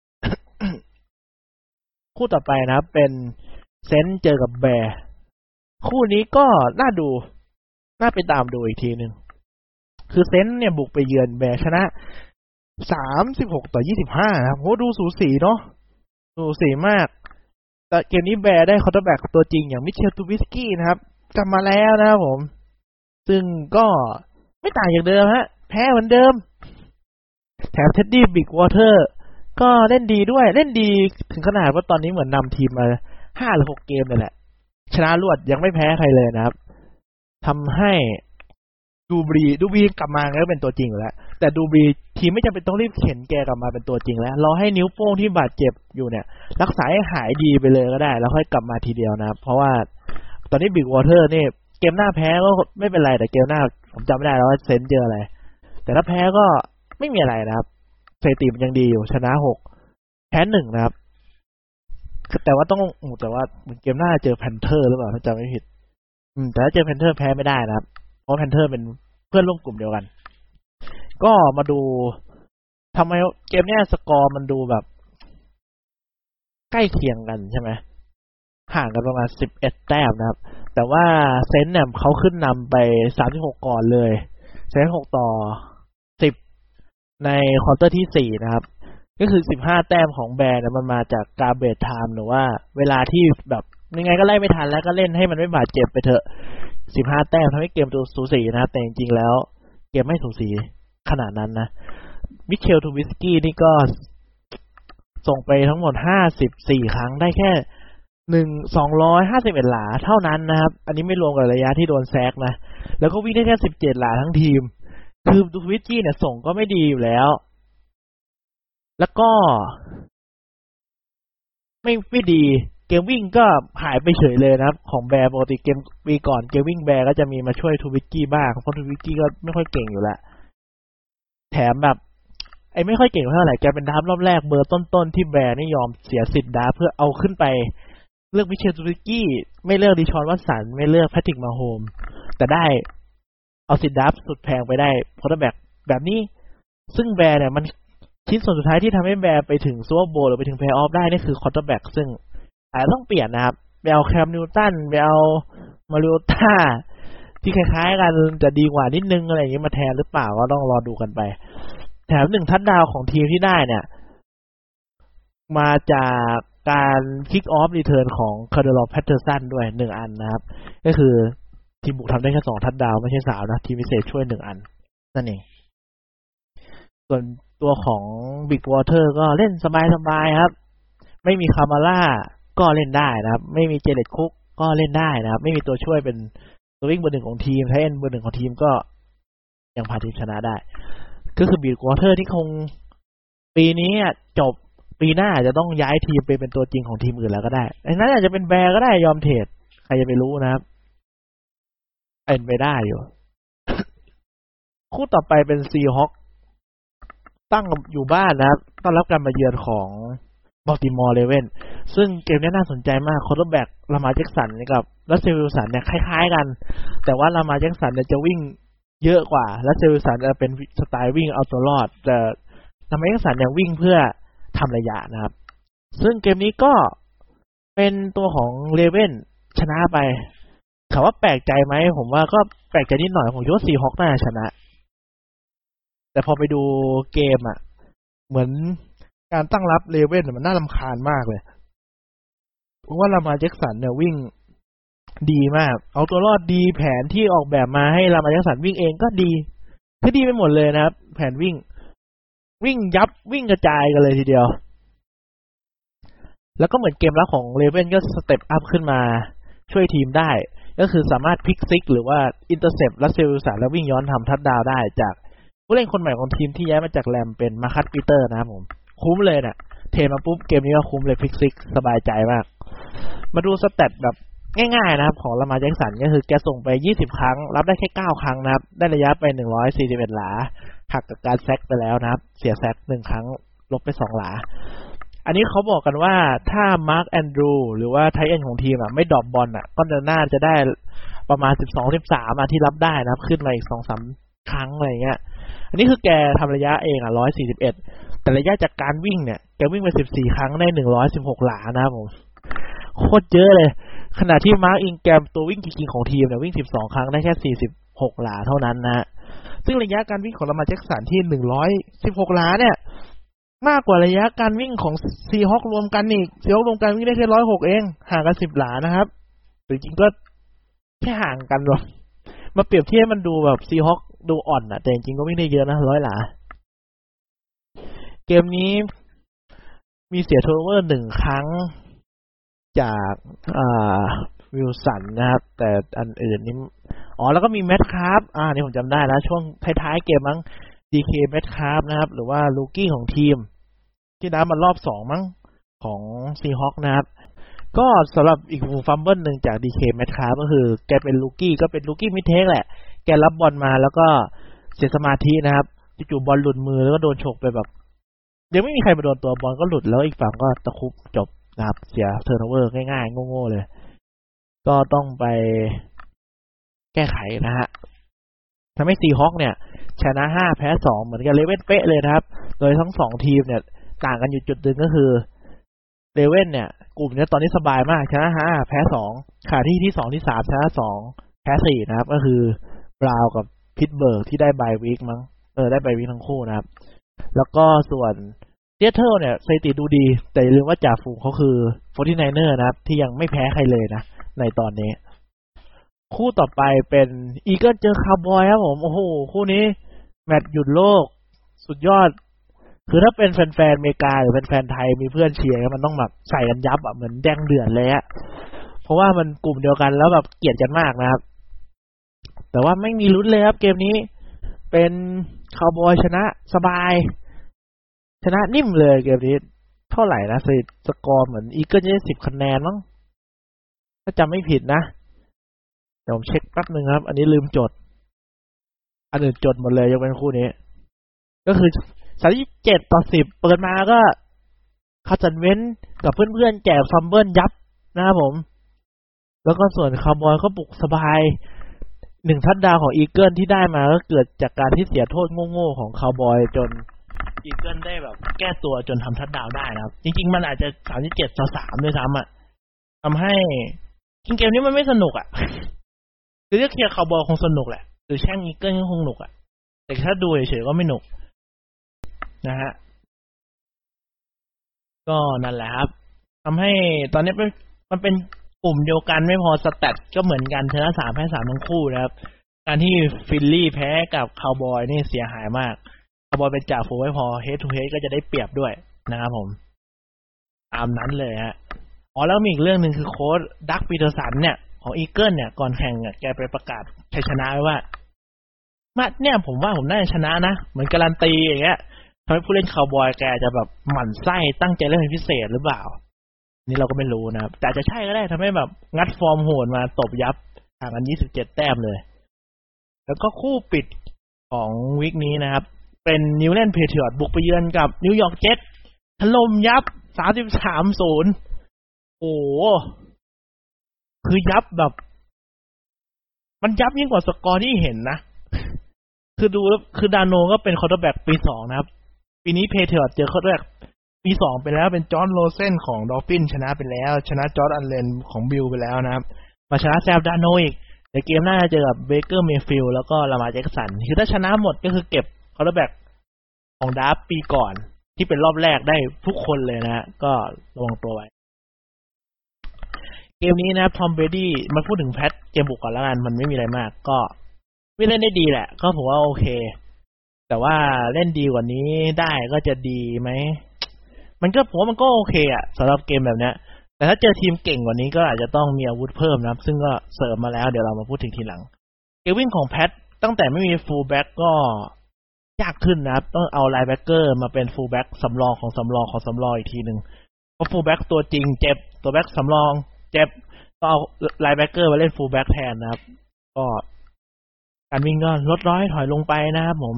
คู่ต่อไปนะครับเป็นเซนต์เจอกับแบร์คู่นี้ก็น่าดูน่าไปตามดูอีกทีนึงคือเซนต์เนี่ยบุกไปเยือนแบร์ชนะ36-25นะครับโหดูสูสีเนาะสูสีมากแต่เกมนี้แบร์ได้คอร์เตอร์แบ็กตัวจริงอย่างมิเชลตูบิสกี้นะครับกลับมาแล้วนะครับผมซึ่งก็ไม่ต่างจากเดิมฮะแพ้เหมือนเดิมแถมเท็ดดี้บิ๊กวอเตอร์ก็เล่นดีด้วยเล่นดีถึงขนาดว่าตอนนี้เหมือนนำทีมมา5 หรือ 6 เกมเลยแหละชนะรวดยังไม่แพ้ใครเลยนะครับทำให้ดูบรีกลับมาก็เป็นตัวจริงอยู่แล้วแต่ดูบรีทีมไม่จำเป็นต้องรีบเข็นแกกลับมาเป็นตัวจริงแล้วรอให้นิ้วโป้งที่บาดเจ็บอยู่เนี่ยรักษาให้หายดีไปเลยก็ได้แล้วค่อยกลับมาทีเดียวนะครับเพราะว่าตอนนี้บิ๊กวอเตอร์นี่เกมหน้าแพ้ก็ไม่เป็นไรแต่เกมหน้าผมจำไม่ได้แล้วว่าเซนเจออะไรแต่ถ้าแพ้ก็ไม่มีอะไรนะครับสถิติมันยังดีอยู่ชนะ6แพ้1นะครับแต่ว่าเกมหน้าเจอแพนเทอร์หรือเปล่าถ้าจำไม่ผิดแต่ถ้าเจอแพนเทอร์แพ้ไม่ได้นะครับเพราะแพนเทอร์เป็นเพื่อนร่วมกลุ่มเดียวกันก็มาดูทำไมเกมเนี้ยสกอร์มันดูแบบใกล้เคียงกันใช่ไหมห่างกันประมาณ11 แต้มนะครับแต่ว่าเซนต์เนี่ยเขาขึ้นนำไป36ก่อนเลย36-10ในควอเตอร์ที่4นะครับก็คือ15 แต้มของแบร์เนี่ยมันมาจากการเบรดไทม์หรือว่าเวลาที่แบบยังไงก็ไล่ไม่ทันแล้วก็เล่นให้มันไม่บาดเจ็บไปเถอะ15 แต้มทำให้เกมดูสูสีนะครับแต่จริงๆแล้วเกมไม่สูสีขนาดนั้นนะมิเชลทูบิสกี้นี่ก็ส่งไปทั้งหมด54 ครั้งได้แค่251 หลาเท่านั้นนะครับอันนี้ไม่รวมกับระยะที่โดนแซกนะแล้วก็วิ่งได้แค่17 หลาทั้งทีมคือทูบิสกี้เนี่ยส่งก็ไม่ดีอยู่แล้วแล้วก็ไม่ดีเกมวิ่งก็หายไปเฉยเลยนะครับของแบร์ปกติเกมวีก่อนเกมวิ่งแบร์ก็จะมีมาช่วยทูบิสกี้บ้างเพราะทูบิสกี้ก็ไม่ค่อยเก่งอยู่แล้วแถมแบบไม่ค่อยเก่งเท่าไหร่แกเป็นดราฟรอบแรกเบอร์ต้นๆที่แบร์นี่ยอมเสียสิทธิ์ดราฟเพื่อเอาขึ้นไปเลือกมิเชลทูบิสกี้ไม่เลือกดิชอนวัตสันไม่เลือกแพทริกมาโฮมแต่ได้เอาสิทธิ์ดราฟสุดแพงไปได้คอร์เตอร์แบ็กแบบนี้ซึ่งแบร์เนี่ยมันชิ้นส่วนสุดท้ายที่ทำให้แบร์ไปถึงซูเปอร์โบว์หรือไปถึงเพลย์ออฟได้นี่คือคอร์เตอร์แบ็กซึ่งอาจจะต้องเปลี่ยนนะครับไปเอาแคมนิวตันไปเอามาริโอต้าที่คล้ายๆกันจะดีกว่านิดนึงอะไรอย่างนี้มาแทนหรือเปล่าก็ต้องรอดูกันไปแถม1 ทัชดาวน์ของทีมที่ได้เนี่ยมาจากการคิกออฟรีเทิร์นของคาร์เดลอแพตเทอร์สันด้วย1 อันนะครับก็คือทีมบุกทำได้แค่2 ทัชดาวน์ไม่ใช่3นะทีมพิเศษช่วย1 อันนั่นเองส่วนตัวของบิ๊กวอเตอร์ก็เล่นสบายๆครับไม่มีคามาร่าก็เล่นได้นะครับไม่มีเจเลตคุกก็เล่นได้นะครับไม่มีตัวช่วยเป็นตัววิ่งเบอร์ 1ของทีมไทเอ็นเบอร์ 1ของทีมก็ยังพาทีมชนะได้ก็คือบีทวอเตอร์ที่คงปีนี้จบปีหน้าจะต้องย้ายทีมไปเป็นตัวจริงของทีมอื่นแล้วก็ได้ดังนั้นอาจจะเป็นแบร์ก็ได้ยอมเทรดใครจะไปรู้นะครับเป็นไปได้อยู่ คู่ต่อไปเป็นซีฮอคตั้งอยู่บ้านนะครับต้อนรับการมาเยือนของบัลติมอร์เรเวนซึ่งเกมนี้น่าสนใจมากคอร์เตอร์แบ็กลามาร์แจ็กสันกับรัสเซล วิลสันเนี่ยคล้ายๆกันแต่ว่าลามาร์แจ็กสันเนี่ยจะวิ่งเยอะกว่ารัสเซล วิลสันจะเป็นสไตล์วิ่งเอาตัวรอดแต่ลามาร์แจ็กสันเนี่ยวิ่งเพื่อทำระยะนะครับซึ่งเกมนี้ก็เป็นตัวของเรเว่นชนะไปถามว่าแปลกใจไหมผมว่าก็แปลกใจนิดหน่อยผมคิดว่าซีฮอคน่าจะชนะแต่พอไปดูเกมเหมือนการตั้งรับเรเว่นมันน่ารำคาญมากเลยเพราะว่าลามาร์แจ็กสันเนี่ยวิ่งดีมากเอาตัวรอดดีแผนที่ออกแบบมาให้ลามาร์แจ็กสันวิ่งเองก็ดีคือดีไปหมดเลยนะครับแผนวิ่งยับวิ่งกระจายกันเลยทีเดียวแล้วก็เหมือนเกมรับของเรเว่นก็สเต็ปอัพขึ้นมาช่วยทีมได้ก็คือสามารถพลิกซิกหรือว่าอินเตอร์เซปรัสเซล วิลสันแล้ววิ่งย้อนทำทัชดาวน์ได้จากผู้เล่นคนใหม่ของทีมที่ย้ายมาจากแรมเป็นมาคัสปีเตอร์นะครับผมคุ้มเลยเนี่ยเทมาปุ๊บเกมนี้ก็คุ้มเลยพลิกซิกสบายใจมากมาดูสเตตแบบง่ายๆนะครับของลามาร์แจ็กสันก็คือแกส่งไป20ครั้งรับได้แค่9ครั้งนะครับได้ระยะไป141หลาหักกับการแซกไปแล้วนะครับเสียแซก1ครั้งลบไป2หลาอันนี้เขาบอกกันว่าถ้ามาร์คแอนดรูหรือว่าไทเอ็นของทีมไม่ดรอปบอลก็น่าจะได้ประมาณ12-13ที่รับได้นะครับขึ้นมาอีก 2-3 ครั้งอะไรเงี้ยอันนี้คือแกทำระยะเอง141แต่ระยะจากการวิ่งเนี่ยแกวิ่งไป14ครั้งได้116หลานะครับผมโคตรเยอะเลยขณะที่มาร์คอิงแกรมตัววิ่งจริงๆของทีมเนี่ยวิ่ง12ครั้งได้แค่46หลาเท่านั้นนะซึ่งระยะการวิ่งของลามาร์แจ็กสันที่116หลาเนี่ยมากกว่าระยะการวิ่งของซีฮอครวมกันอีกซีฮอครวมกันวิ่งได้แค่106เองห่างกัน10หลานะครับจริงๆก็แค่ห่างกันหรอกมาเปรียบเทียบมันดูแบบซีฮอคดูอ่อนแต่จริงๆก็วิ่งได้เยอะนะ100หลาเกมนี้มีเสียเทอร์โนเวอร์1ครั้งจากวิลสันนะครับแต่อันอื่นนี่แล้วก็มีแมทคาร์ฟนี่ผมจำได้แล้วช่วงท้ายๆเกมมั้งDK แมทคาร์ฟนะครับหรือว่าลูกี้ของทีมที่ได้มารอบ2มั้งของซีฮอคนะครับก็สำหรับอีกฟัมเบิลนึงจาก DK แมทคาร์ฟก็คือแกเป็นลูกี้ก็เป็นลูกี้มิดเทคแหละแกรับบอลมาแล้วก็เสียสมาธินะครับจู่ๆบอลหลุดมือแล้วก็โดนฉกไปแบบยังไม่มีใครมาโดนตัวบอลก็หลุดแล้วอีกฝั่งก็ตะคุบจบนะครับเสียเทิร์นโอเวอร์ง่ายๆโง่ๆเลยก็ต้องไปแก้ไขนะฮะทำให้ซีฮอคเนี่ยชนะ5แพ้2เหมือนกันเรเว่นเป๊ะเลยนะครับโดยทั้ง2ทีมเนี่ยต่างกันอยู่จุดนึงก็คือเรเว่นเนี่ยกลุ่มนี้ตอนนี้สบายมากชนะ5แพ้2ขาที่2ที่3ชนะ2แพ้4นะครับก็คือบราวน์กับพิตต์เบิร์กที่ได้บายวีคมั้งได้บายวีคทั้งคู่นะครับแล้วก็ส่วนเซียเทิลเนี่ยสถิติดูดีแต่อย่าลืมว่าจ่าฝูงเขาคือ 49er นะครับที่ยังไม่แพ้ใครเลยนะในตอนนี้คู่ต่อไปเป็นอีเกิลเจอคาวบอยครับผมโอ้โหคู่นี้แมตช์หยุดโลกสุดยอดคือถ้าเป็นแฟนๆอเมริกาหรือแฟนๆไทยมีเพื่อนเชียร์มันต้องแบบใส่กันยับเหมือนแดงเดือดเลยเพราะว่ามันกลุ่มเดียวกันแล้วแบบเกลียดกันมากนะครับแต่ว่าไม่มีลุ้นเลยครับเกมนี้เป็นคาวบอยชนะสบายชนะนิ่มเลยเกมนี้เท่าไหร่นะสกอร์เหมือนอีเกิลจะได้10คะแนนมั้งถ้าจำไม่ผิดนะเดี๋ยวผมเช็คแป๊บนึงครับอันนี้ลืมจดอันอื่นจดหมดเลยยกเว้นคู่นี้ก็คือ37-10เปิดมาก็คัสซันเว้นกับเพื่อนๆแจกฟัมเบิลยับนะครับผมแล้วก็ส่วนคาวบอยก็บุกสบาย1ทัชดาวน์ของอีเกิลที่ได้มาก็เกิดจากการที่เสียโทษโง่ๆของคาวบอยจนอีเกิลได้แบบแก้ตัวจนทำทัชดาวน์ได้นะครับจริงๆมันอาจจะ37-3ด้วยซ้ำทำให้จริงเกมนี้มันไม่สนุกหรือจะเคลียร์คาวบอยคงสนุกแหละหรือแช่งอีเกิลก็คงหนุกแต่ถ้าดูเฉยๆก็ไม่หนุกนะฮะก็นั่นแหละครับทำให้ตอนนี้มันเป็นกลุ่มเดียวกันไม่พอสแตทก็เหมือนกันชนะ3แพ้3ทั้งคู่นะครับการที่ฟิลลี่แพ้กับคาวบอยนี่เสียหายมากคาวบอยเป็นจ่าฝูงไม่พอเฮดทูเฮดก็จะได้เปรียบด้วยนะครับผมตามนั้นเลยฮะแล้วมีอีกเรื่องนึงคือโค้ชดักปีเตอร์สันเนี่ยของอีเกิลเนี่ยก่อนแข่งแกไปประกาศชัยชนะไว้ว่าเนี่ยผมว่าผมน่าจะชนะนะเหมือนการันตีอย่างเงี้ยทำให้ผู้เล่นคาวบอยแกจะแบบหมั่นไส้ตั้งใจเล่นเป็นพิเศษหรือเปล่านี่เราก็ไม่รู้นะครับแต่จะใช่ก็ได้ทำให้แบบงัดฟอร์มโหดมาตบยับห่างกัน27 แต้มเลยแล้วก็คู่ปิดของวีคนี้นะครับเป็นนิวแลนด์เพเทริอตบุกไปเยือนกับนิวยอร์กเจ็ตถล่มยับ33-0โอ้คือยับแบบมันยับยิ่งกว่าสกอร์ที่เห็นนะคือดูแล้วคือดาโนก็เป็นควอเตอร์แบ็กปี2นะครับปีนี้เพเทริอตเจอควอเตอร์แบ็กปี2ไปแล้วเป็นจอห์นโรเซนของดอลฟินชนะไปแล้วชนะจอร์จอัลเลนของบิลไปแล้วนะครับมาชนะแซมดาโนอีกในเกมหน้าจะเจอกับเบเกอร์เมฟิลด์แล้วก็ลามาร์แจ็กสันคือถ้าชนะหมดก็คือเก็บควอเตอร์แบ็กของดาร์ฟปีก่อนที่เป็นรอบแรกได้ทุกคนเลยนะก็ระวังตัวไว้เกมนี้นะครับทอมเบรดี้มาพูดถึงแพทเกมบุกก่อนแล้วกันมันไม่มีอะไรมากก็ไม่เล่นได้ดีแหละก็ผมว่าโอเคแต่ว่าเล่นดีกว่านี้ได้ก็จะดีไหมมันก็ผมว่ามันก็โอเคอะสำหรับเกมแบบนี้แต่ถ้าเจอทีมเก่งกว่านี้ก็อาจจะต้องมีอาวุธเพิ่มนะครับซึ่งก็เสริมมาแล้วเดี๋ยวเรามาพูดถึงทีหลังเกมวิ่งของแพทตั้งแต่ไม่มีฟูลแบ็กก็ยากขึ้นนะครับต้องเอาไลน์แบ็กเกอร์มาเป็นฟูลแบ็กสำรองของสำรองของสำรองอีกทีหนึ่งเพราะฟูลแบ็กตัวจริงเจ็บตัวแบ็กสำรองเจ็บก็เอาไลน์แบ็กเกอร์มาเล่นฟูลแบ็กแทนนะครับก็การวิ่งก็ลดน้อยถอยลงไปนะครับผม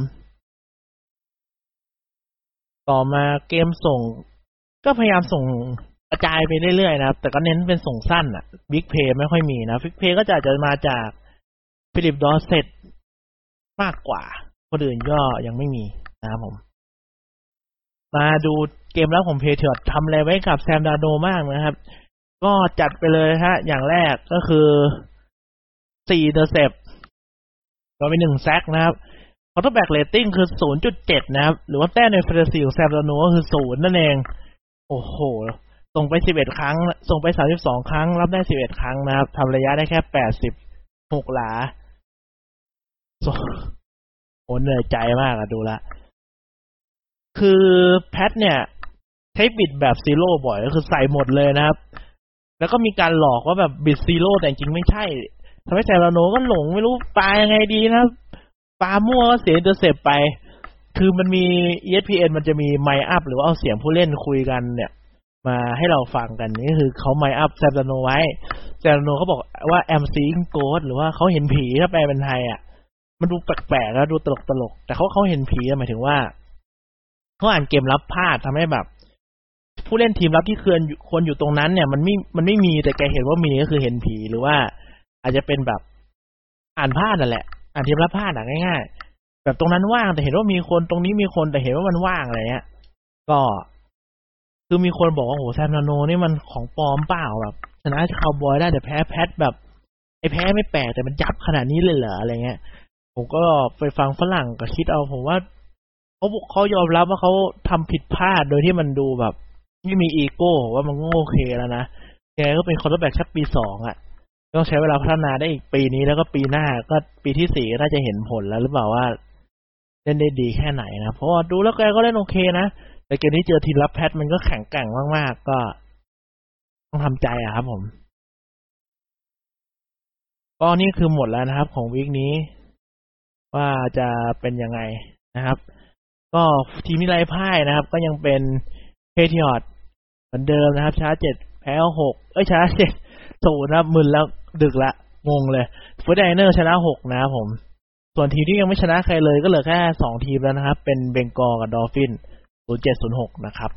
ต่อมาเกมส่งก็พยายามส่งกระจายไปเรื่อยๆนะครับแต่ก็เน้นเป็นส่งสั้นอ่ะบิ๊กเพย์ไม่ค่อยมีนะบิ๊กเพย์ก็อาจจะมาจากฟิลิปดอสเซตมากกว่าคนอื่นก็ยังไม่มีนะครับผมมาดูเกมแล้วของเพเทียร์ทำอะไรไว้กับแซมดาโนมากนะครับก็จัดไปเลยฮะอย่างแรกก็คือ4อินเตอร์เซปก็เป็น1แซกนะครับควอเตอร์แบ็กเรตติ้งคือ 0.7 นะครับหรือว่าแต้มในแฟนตาซีของแซมดาโนก็คือ0นั่นเองโอ้โหส่งไป11ครั้งส่งไป32ครั้งรับได้11ครั้งนะครับทำระยะได้แค่86หลาโหเหนื่อยใจมากอะดูละคือแพทเนี่ยใช้บิดแบบซีโร่บ่อยก็คือใส่หมดเลยนะครับแล้วก็มีการหลอกว่าแบบบิดซีโร่แต่จริงไม่ใช่ทำให้แซมดาโนก็หลงไม่รู้ปายังไงดีนะปามั่วก็เสียอินเตอร์เซปไปคือมันมี ESPN มันจะมีไมค์อัพหรือว่าเอาเสียงผู้เล่นคุยกันเนี่ยมาให้เราฟังกันนี่คือเขาไมค์อัพแซมดาโนไว้แซมดาโนเขาบอกว่า I'm seeing ghost หรือว่าเขาเห็นผีถ้าแปลเป็นไทยอ่ะมันดูแปลกๆแล้วดูตลกแต่เขาเห็นผีหมายถึงว่าเขาอ่านเกมรับพลาดทำให้แบบผู้เล่นทีมรับที่ควรอยู่ตรงนั้นเนี่ยมันไม่มีแต่แกเห็นว่ามีก็คือเห็นผีหรือว่าอาจจะเป็นแบบอ่านพลาดนั่นแหละอ่านทีมรับพลาดง่ายๆแบบตรงนั้นว่างแต่เห็นว่ามีคนตรงนี้มีคนแต่เห็นว่ามันว่างอะไรเงี้ยก็คือมีคนบอกว่าโหแซมนาโนนี่มันของปลอมเปล่าแบบชนะคาวบอยได้แต่แพ้แพทแบบไอ้แพ้ไม่แปลกแต่มันยับขนาดนี้เลยเหรออะไรเงี้ยผมก็ไปฟังฝรั่งก็คิดเอาผมว่าเขายอมรับว่าเขาทำผิดพลาดโดยที่มันดูแบบไม่มีอีโก้ว่ามันโอเคแล้วนะแกก็เป็นคอร์เตอร์แบ็กแค่ปี2อ่ะต้องใช้เวลาพัฒนาได้อีกปีนี้แล้วก็ปีหน้าก็ปีที่4ก็น่าจะเห็นผลแล้วหรือเปล่าว่าเล่นได้ดีแค่ไหนนะเพราะว่าดูแล้วแกก็เล่นโอเคนะแต่เกมนี้เจอทีมรับแพทมันก็แข็งแกร่งมากๆก็ต้องทำใจอะครับผมก็นี่คือหมดแล้วนะครับของวีคนี้ว่าจะเป็นยังไงนะครับก็ทีมที่ไร้พ่ายนะครับก็ยังเป็นเพเทียร์เหมือนเดิมนะครับชนะ7แพ้6ชนะ7-0นะครับมึนแล้วดึกละงงเลยฟูดไดเนอร์ชนะ6นะครับผมส่วนทีมที่ยังไม่ชนะใครเลยก็เหลือแค่2ทีมแล้วนะครับเป็นเบงกอลกับดอลฟิน07-06นะครับ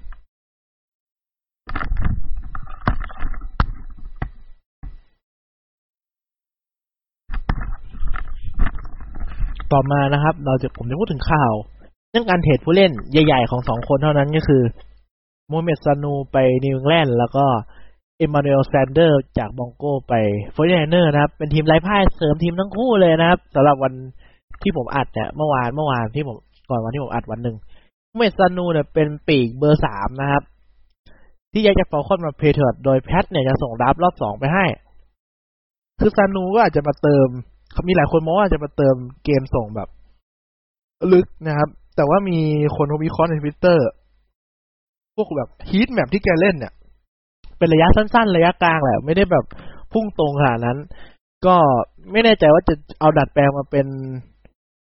ต่อมานะครับผมจะพูดถึงข่าวเรื่องการเทรดผู้เล่นใหญ่ๆของ2คนเท่านั้นก็คือโมฮัมเหม็ดซานูไปนิวอิงแลนด์แล้วก็เอมานูเอลแซนเดอร์จากบองโกไปฟอร์ตี้ไนเนอร์นะครับเป็นทีมไร้พ่ายเสริมทีมทั้งคู่เลยนะครับสำหรับวันที่ผมอัดเนี่ยเมื่อวานที่ผมก่อนวันที่ผมอัดวันหนึ่งโมฮัมเหม็ดซานูเนี่ยเป็นปีกเบอร์3นะครับที่ย้ายจากฟอลคอนมาเพเทิร์ดโดยแพทเนี่ยจะส่งดับรอบ2ไปให้คือซานูก็อาจจะมาเติมมีหลายคนมองว่าจะมาเติมเกมส่งแบบลึกนะครับแต่ว่ามีคนวิเคราะห์ใน Twitter พวกแบบฮีทแมปที่แกเล่นเนี่ยเป็นระยะสั้นๆระยะกลางแหละไม่ได้แบบพุ่งตรงขนาดนั้นก็ไม่แน่ใจว่าจะเอาดัดแปลงมาเป็น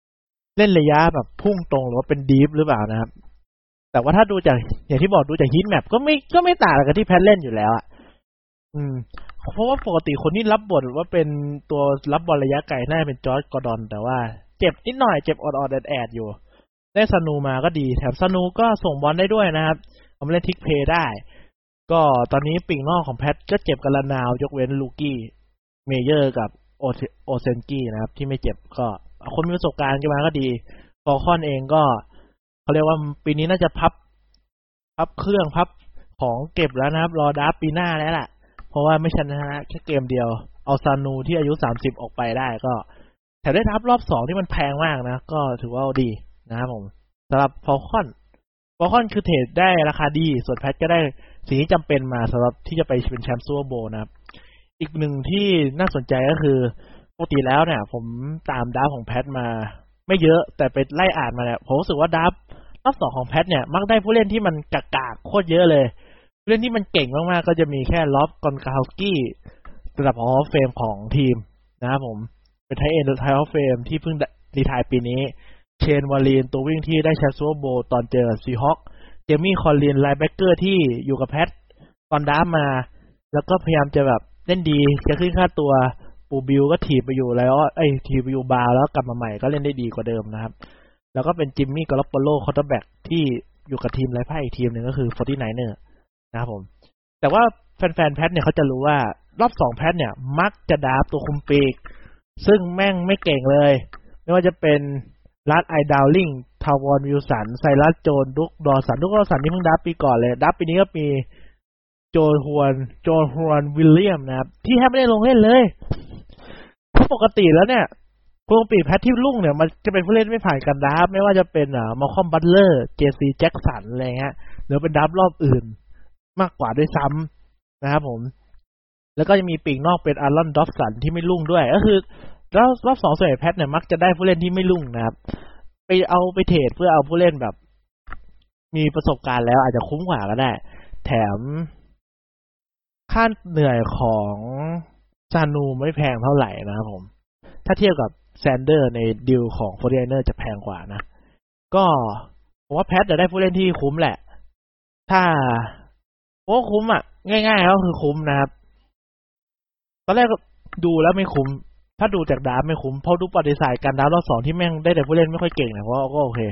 เล่นระยะแบบพุ่งตรงหรือว่าเป็นดีฟหรือเปล่านะครับแต่ว่าถ้าดูจากอย่างที่บอกดูจากฮีทแมปก็ไม่ต่างกันที่แพทเล่นอยู่แล้วอ่ะอืมเพราะว่าปกติคนที่รับบทว่าเป็นตัวรับบอลระยะไกลน่าจะเป็นจอร์จกอร์ดอนแต่ว่าเจ็บนิดหน่อยเจ็บออดๆแอดๆอยู่ได้ซานูมาก็ดีแถมซานูก็ส่งบอลได้ด้วยนะครับเอามาเล่นทิกเพย์ได้ก็ตอนนี้ปีกนอกของแพทก็เจ็บกันละนาวยกเว้นลูกี้เมเยอร์กับโอเซนกี้นะครับที่ไม่เจ็บก็คนมีประสบการณ์กันมาก็ดีฟอลคอนเองก็เขาเรียกว่าปีนี้น่าจะพับเครื่องพับของเก็บแล้วนะครับรอดราฟปีหน้าแล้วล่ะเพราะว่าไม่ชนะแค่เกมเดียวเอาซานูที่อายุ30ออกไปได้ก็แถมได้ดราฟรอบ2ที่มันแพงมากนะก็ถือว่าดีนะครับผมสำหรับฟอลคอนคือเทรดได้ราคาดีส่วนแพทก็ได้สิ่งที่จำเป็นมาสำหรับที่จะไปเป็นแชมป์ซูเปอร์โบว์นะครับอีกหนึ่งที่น่าสนใจก็คือปกติแล้วเนี่ยผมตามดราฟของแพทมาไม่เยอะแต่ไปไล่อ่านมาเนี่ยผมรู้สึกว่าดราฟรอบ2ของแพทเนี่ยมักได้ผู้เล่นที่มันกากๆโคตรเยอะเลยผู้เล่นที่มันเก่งมากๆก็จะมีแค่ล็อบกอนกาลสกี้ระดับฮอลเฟมของทีมนะครับผมเป็นไทเอ็นไทฮอลเฟมที่เพิ่งรีไทร์ปีนี้เชนวาลีนตัววิ่งที่ได้แชมป์ซูเปอร์โบว์ตอนเจอซีฮอคเจมี่คอลลินไลน์แบ็กเกอร์ที่อยู่กับแพทตอนดราฟมาแล้วก็พยายามจะแบบเล่นดีจะขึ้นค่าตัวปูบิลก็ถีบไปอยู่แล้วถีบไปอยู่บาร์แล้วกลับมาใหม่ก็เล่นได้ดีกว่าเดิมนะครับแล้วก็เป็นจิมมี่กอลโปโลคอร์เตอร์แบ็กที่อยู่กับทีมไร้พ่ายอีกทีมหนึ่งก็คือ 49ers นะครับผมแต่ว่าแฟนๆแพทเนี่ยเขาจะรู้ว่ารอบ2แพทเนี่ยมักจะดราฟตัวคุมปีกซึ่งแม่งไม่เก่งเลยไม่ว่าจะเป็นรัดไอดาวลิงทาวอนวิลสันไซรัสโจนดุกดอสันนี่เพิ่งดราฟปีก่อนเลยดราฟปีนี้ก็มีโจฮวนวิลเลียมนะครับที่แทบไม่ได้ลงเล่นเลยเพราะปกติแล้วเนี่ยคุมปีกแพทที่ลุ่งเนี่ยมันจะเป็นผู้เล่นไม่ผ่านการดราฟไม่ว่าจะเป็นมาคอมบัตเลอร์เจซีแจ็คสันอะไรเงี้ยหรือเป็นดราฟรอบอื่นมากกว่าด้วยซ้ำนะครับผมแล้วก็จะมีปีกนอกเป็นอารอนดอฟสันที่ไม่ลุ่งด้วยก็คือแล้วรอบ2ส่วนใหญ่แพทเนี่ยมักจะได้ผู้เล่นที่ไม่ลุ่งนะครับไปเทรดเพื่อเอาผู้เล่นแบบมีประสบการณ์แล้วอาจจะคุ้มกว่าก็ได้แถมค่าเหนื่อยของซานูไม่แพงเท่าไหร่นะครับผมถ้าเทียบกับแซนเดอร์ในดีลของ49ersจะแพงกว่านะก็ผมว่าแพทจะได้ผู้เล่นที่คุ้มแหละถ้าโอ้คุ้มอ่ะง่ายๆก็คือคุ้มนะครับตอนแรกดูแล้วไม่คุ้มถ้าดูจากดราฟไม่คุ้มเพราะดูประวัติศาสตร์การดราฟรอบ2ที่แม่งได้แต่ผู้เล่นไม่ค่อยเก่งนะเพราะก็โอเค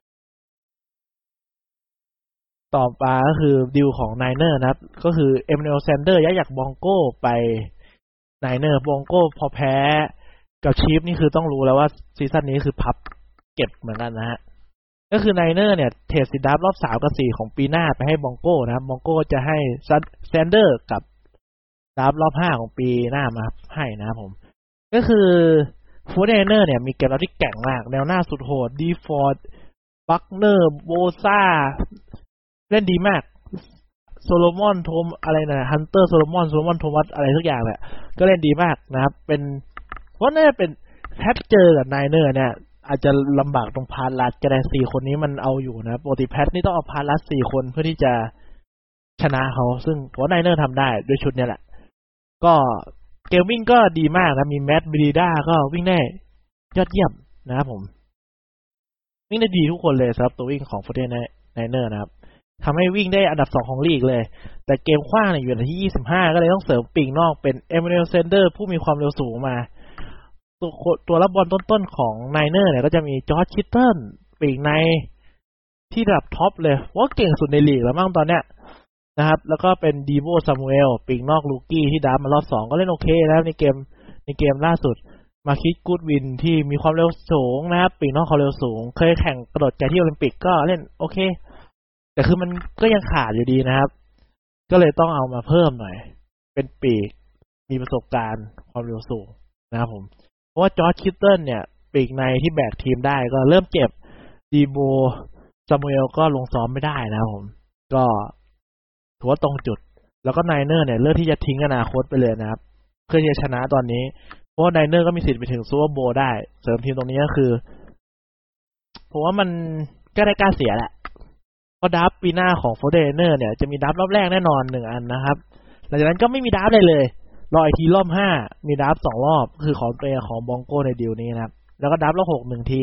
ต่อมาก็คือดีลของไนเนอร์นะครับก็คือเอเมเนลแซนเดอร์ย้ายจากบองโก้ไปไนเนอร์บองโก้พอแพ้กับชีฟนี่คือต้องรู้แล้วว่าซีซั่นนี้คือพับเก็บเหมือนกันนะฮะก็คือไนเนอร์เนี่ยเทรดสินดับรอบ3กับ4ของปีหน้าไปให้บองโก้นะครับบองโก้จะให้แซนเดอร์กับดับรอบ5ของปีหน้ามาให้นะครับผมก็คือฟูเดเนอร์เนี่ยมีเกมรับที่แกร่งมากแนวหน้าสุดโหดดีฟอร์ดบัคเนอร์โบซ่าเล่นดีมากโซโลมอนโทมอะไรนะฮันเตอร์โซโลมอนโทมัสอะไรทุกอย่างแหละก็เล่นดีมากนะครับเป็นเพราะน่าจะเป็นแพทเจอกับไนเนอร์เนี่ยอาจจะลำบากตรงพาลัสก็ได้4คนนี้มันเอาอยู่นะปกติแพทนี่ต้องเอาพาลัส4คนเพื่อที่จะชนะเขาซึ่งผมว่าไนเนอร์ทำได้ด้วยชุดนี้แหละก็เกมวิ่งก็ดีมากนะมีแมตต์บรีด้าก็วิ่งได้ยอดเยี่ยมนะครับผมวิ่งได้ดีทุกคนเลยสำหรับตัววิ่งของ49ersนะครับทำให้วิ่งได้อันดับ2ของลีกเลยแต่เกมขว้างเนี่ยอยู่ที่25ก็เลยต้องเสริมปีกนอกเป็นเอเมเนลเซนเดอร์ผู้มีความเร็วสูงมาตัวรับบอลต้นๆของไนเนอร์เนี่ยก็จะมีจอร์จคิตเทิลปีกในที่ระดับท็อปเลยว่าเก่งสุดในลีกแล้วมั้งตอนเนี้ยนะครับแล้วก็เป็นดีโบซามูเอลปีกนอกลูกี้ที่ดับมารอบ2ก็เล่นโอเคนะครับในเกมล่าสุดมาคิดกูดวินที่มีความเร็วสูงนะครับปีกนอกเขาเร็วสูงเคยแข่งกระโดดไกลที่โอลิมปิกก็เล่นโอเคแต่คือมันก็ยังขาดอยู่ดีนะครับก็เลยต้องเอามาเพิ่มหน่อยเป็นปีกมีประสบการณ์ความเร็วสูงนะครับผมเพราะว่าจอร์จคิตเทิลเนี่ยปีกในที่แบกทีมได้ก็เริ่มเจ็บดีโบซามูเอลก็ลงซ้อมไม่ได้นะครับผมก็ถือว่าตรงจุดแล้วก็ไนเนอร์เนี่ยเลือกที่จะทิ้งอนาคตไปเลยนะครับเพื่อที่จะชนะตอนนี้เพราะว่าไนเนอร์ก็มีสิทธิ์ไปถึงซูเปอร์โบว์ได้เสริมทีมตรงนี้ก็คือผมว่ามันก็ได้กล้าเสียแหละเพราะดับปีหน้าของ49ersเนี่ยจะมีดับรอบแรกแน่นอน1อันนะครับหลังจากนั้นก็ไม่มีดับเลยรออีกทีรอบ5มีดับ2รอบคือของตัวของบองโก้ในดีลนี้นะครับแล้วก็ดับรอบ6 1ที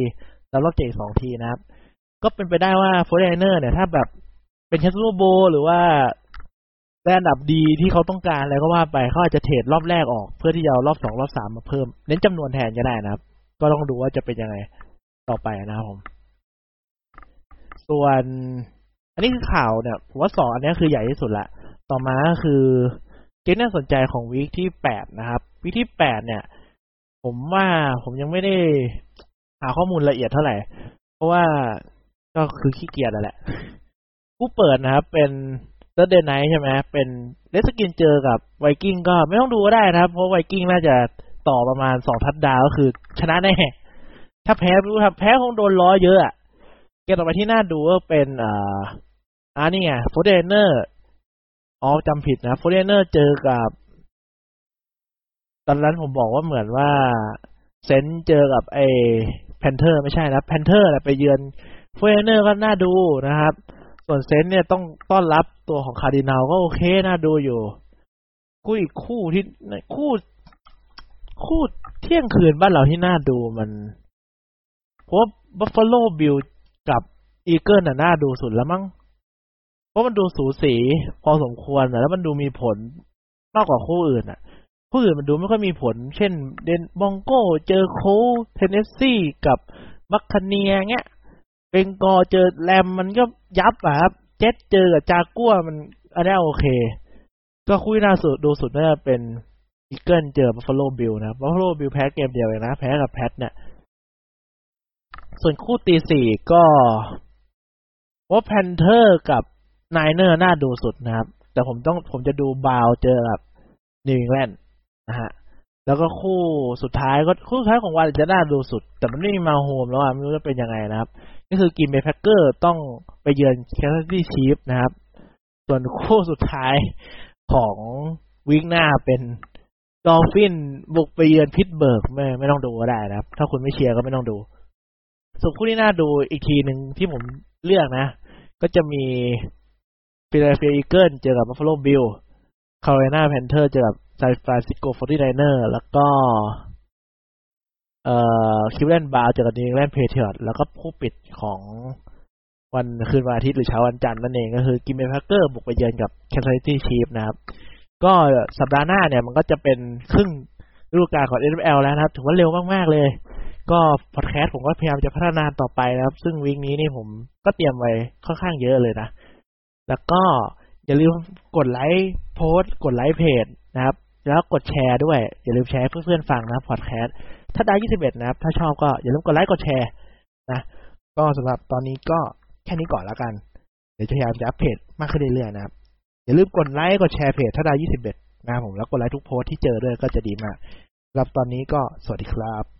แล้วรอบ7อีก2ทีนะครับก็เป็นไปได้ว่าโฟร์ไนเนอร์เนี่ยถ้าแบบเป็นแชมป์ซูเปอร์โบว์หรือว่าได้อันดับดีที่เขาต้องการอะไรก็ว่าไปเขาอาจจะเทรดรอบแรกออกเพื่อที่จะเอารอบ2รอบ3มาเพิ่มเน้นจำนวนแทนก็ได้นะครับก็ต้องดูว่าจะเป็นยังไงต่อไปนะครับผมส่วนอันนี้คือข่าวเนี่ยผมว่า2อันนี้คือใหญ่ที่สุดละต่อมาก็คือเกมน่าสนใจของวีคที่8นะครับวีคที่8เนี่ยผมว่าผมยังไม่ได้หาข้อมูลละเอียดเท่าไหร่เพราะว่าก็คือขี้เกียจแหละผู้เปิดนะครับเป็นเดย์ไนท์ใช่ไหมเป็นเลสกินเจอกับไวกิ้งก็ไม่ต้องดูก็ได้นะครับเพราะไวกิ้งน่าจะต่อประมาณ2ทัชดาวก็คือชนะแน่ถ้าแพ้ไม่รู้ครับแพ้คงโดนล้อเยอะอะเกมต่อไปที่น่าดูก็เป็นนี่ไงโฟร์เดเนอร์จำผิดนะโฟร์เดเนอร์เจอกับตอนนั้นผมบอกว่าเหมือนว่าเซนเจอกับไอ้แพนเทอร์ไม่ใช่นะแพนเทอร์ไปเยือนโฟร์เดเนอร์ก็น่าดูนะครับส่วนเซนเนี่ยต้องต้อนรับตัวของคาร์ดินัลก็โอเคน่าดูอยู่อีกคู่ที่คู่เที่ยงคืนบ้านเราที่น่าดูมันเพราะบัฟฟาโลบิลกับอีเกิลน่าดูสุดแล้วมั้งเพราะมันดูสูสีพอสมควรแล้วมันดูมีผลมากกว่าคู่อื่นคู่อื่นมันดูไม่ค่อยมีผลเช่นเดนบองโก้เจอโคเทนเนสซีกับบัคคาเนียเงี้ยเบงกอเจอแรมมันก็ยับครับเจ็ตเจอกับจากัวมันอันนี้โอเคก็คู่น่าดูสุดน่าจะเป็นอีเกิลเจอบัฟฟาโลบิลนะบัฟฟาโลบิลแพ้เกมเดียวเองนะแพ้กับแพทเนี่ยส่วนคู่ตีสี่ก็ว่าแพนเทอร์กับไนเนอร์น่าดูสุดนะครับแต่ผมจะดูบาวเจอกับนิวอิงแลนด์นะฮะแล้วก็คู่สุดท้ายของวันจะน่าดูสุดแต่มันไม่มีมาโฮมแล้วไม่รู้จะเป็นยังไงนะครับก็คือกินเบย์แพ็คเกอร์ต้องไปเยือนแคสซัสซิตี้ชีฟนะครับส่วนคู่สุดท้ายของวีคหน้าเป็นดอลฟินบุกไปเยือนพิตต์เบิร์กไม่ต้องดูก็ได้นะครับถ้าคุณไม่เชียร์ก็ไม่ต้องดูส่วนคู่ที่น่าดูอีกทีหนึ่งที่ผมเลือกนะก็จะมีฟิลาเดลเฟียอีเกิลเจอกับบัฟฟาโลบิลคาโรไลนาแพนเทอร์เจอกับซานฟรานซิสโก 49ers แล้วก็คิวแลนด์บราวน์เจอกับนิวอิงแลนด์เพเทียร์แล้วก็ผู้ปิดของคืนวันอาทิตย์หรือเช้าวันจันทร์นั่นเองก็คือกิมเบย์แพ็คเกอร์บุกไปเยือนกับแคนซัสซิตี้ชีฟนะครับก็สัปดาห์หน้าเนี่ยมันก็จะเป็นครึ่งฤดูกาลของ NFL แล้วนะครับถือว่าเร็วมากๆเลยก็พอดแคสต์ผมก็พยายามจะพัฒนาต่อไปนะครับซึ่งวีคนี้นี่ผมก็เตรียมไว้ค่อนข้างเยอะเลยนะแล้วก็อย่าลืมกดไลค์โพสต์กดไลค์เพจนะครับแล้วกดแชร์ด้วยอย่าลืมแชร์ให้เพื่อนๆฟังนะพอดแคสต์ถ้าได้21นะครับถ้าชอบก็อย่าลืมกดไลค์กดแชร์นะก็สำหรับตอนนี้ก็แค่นี้ก่อนแล้วกันเดี๋ยวจะพยายามจะอัปเดตมากขึ้นเรื่อยๆนะครับอย่าลืมกดไลค์กดแชร์เพจถ้าได้21นะครับผมแล้วกดไลค์ทุกโพสต์ที่เจอด้วยก็จะดีมากสำหรับตอนนี้ก็สวัสดีครับ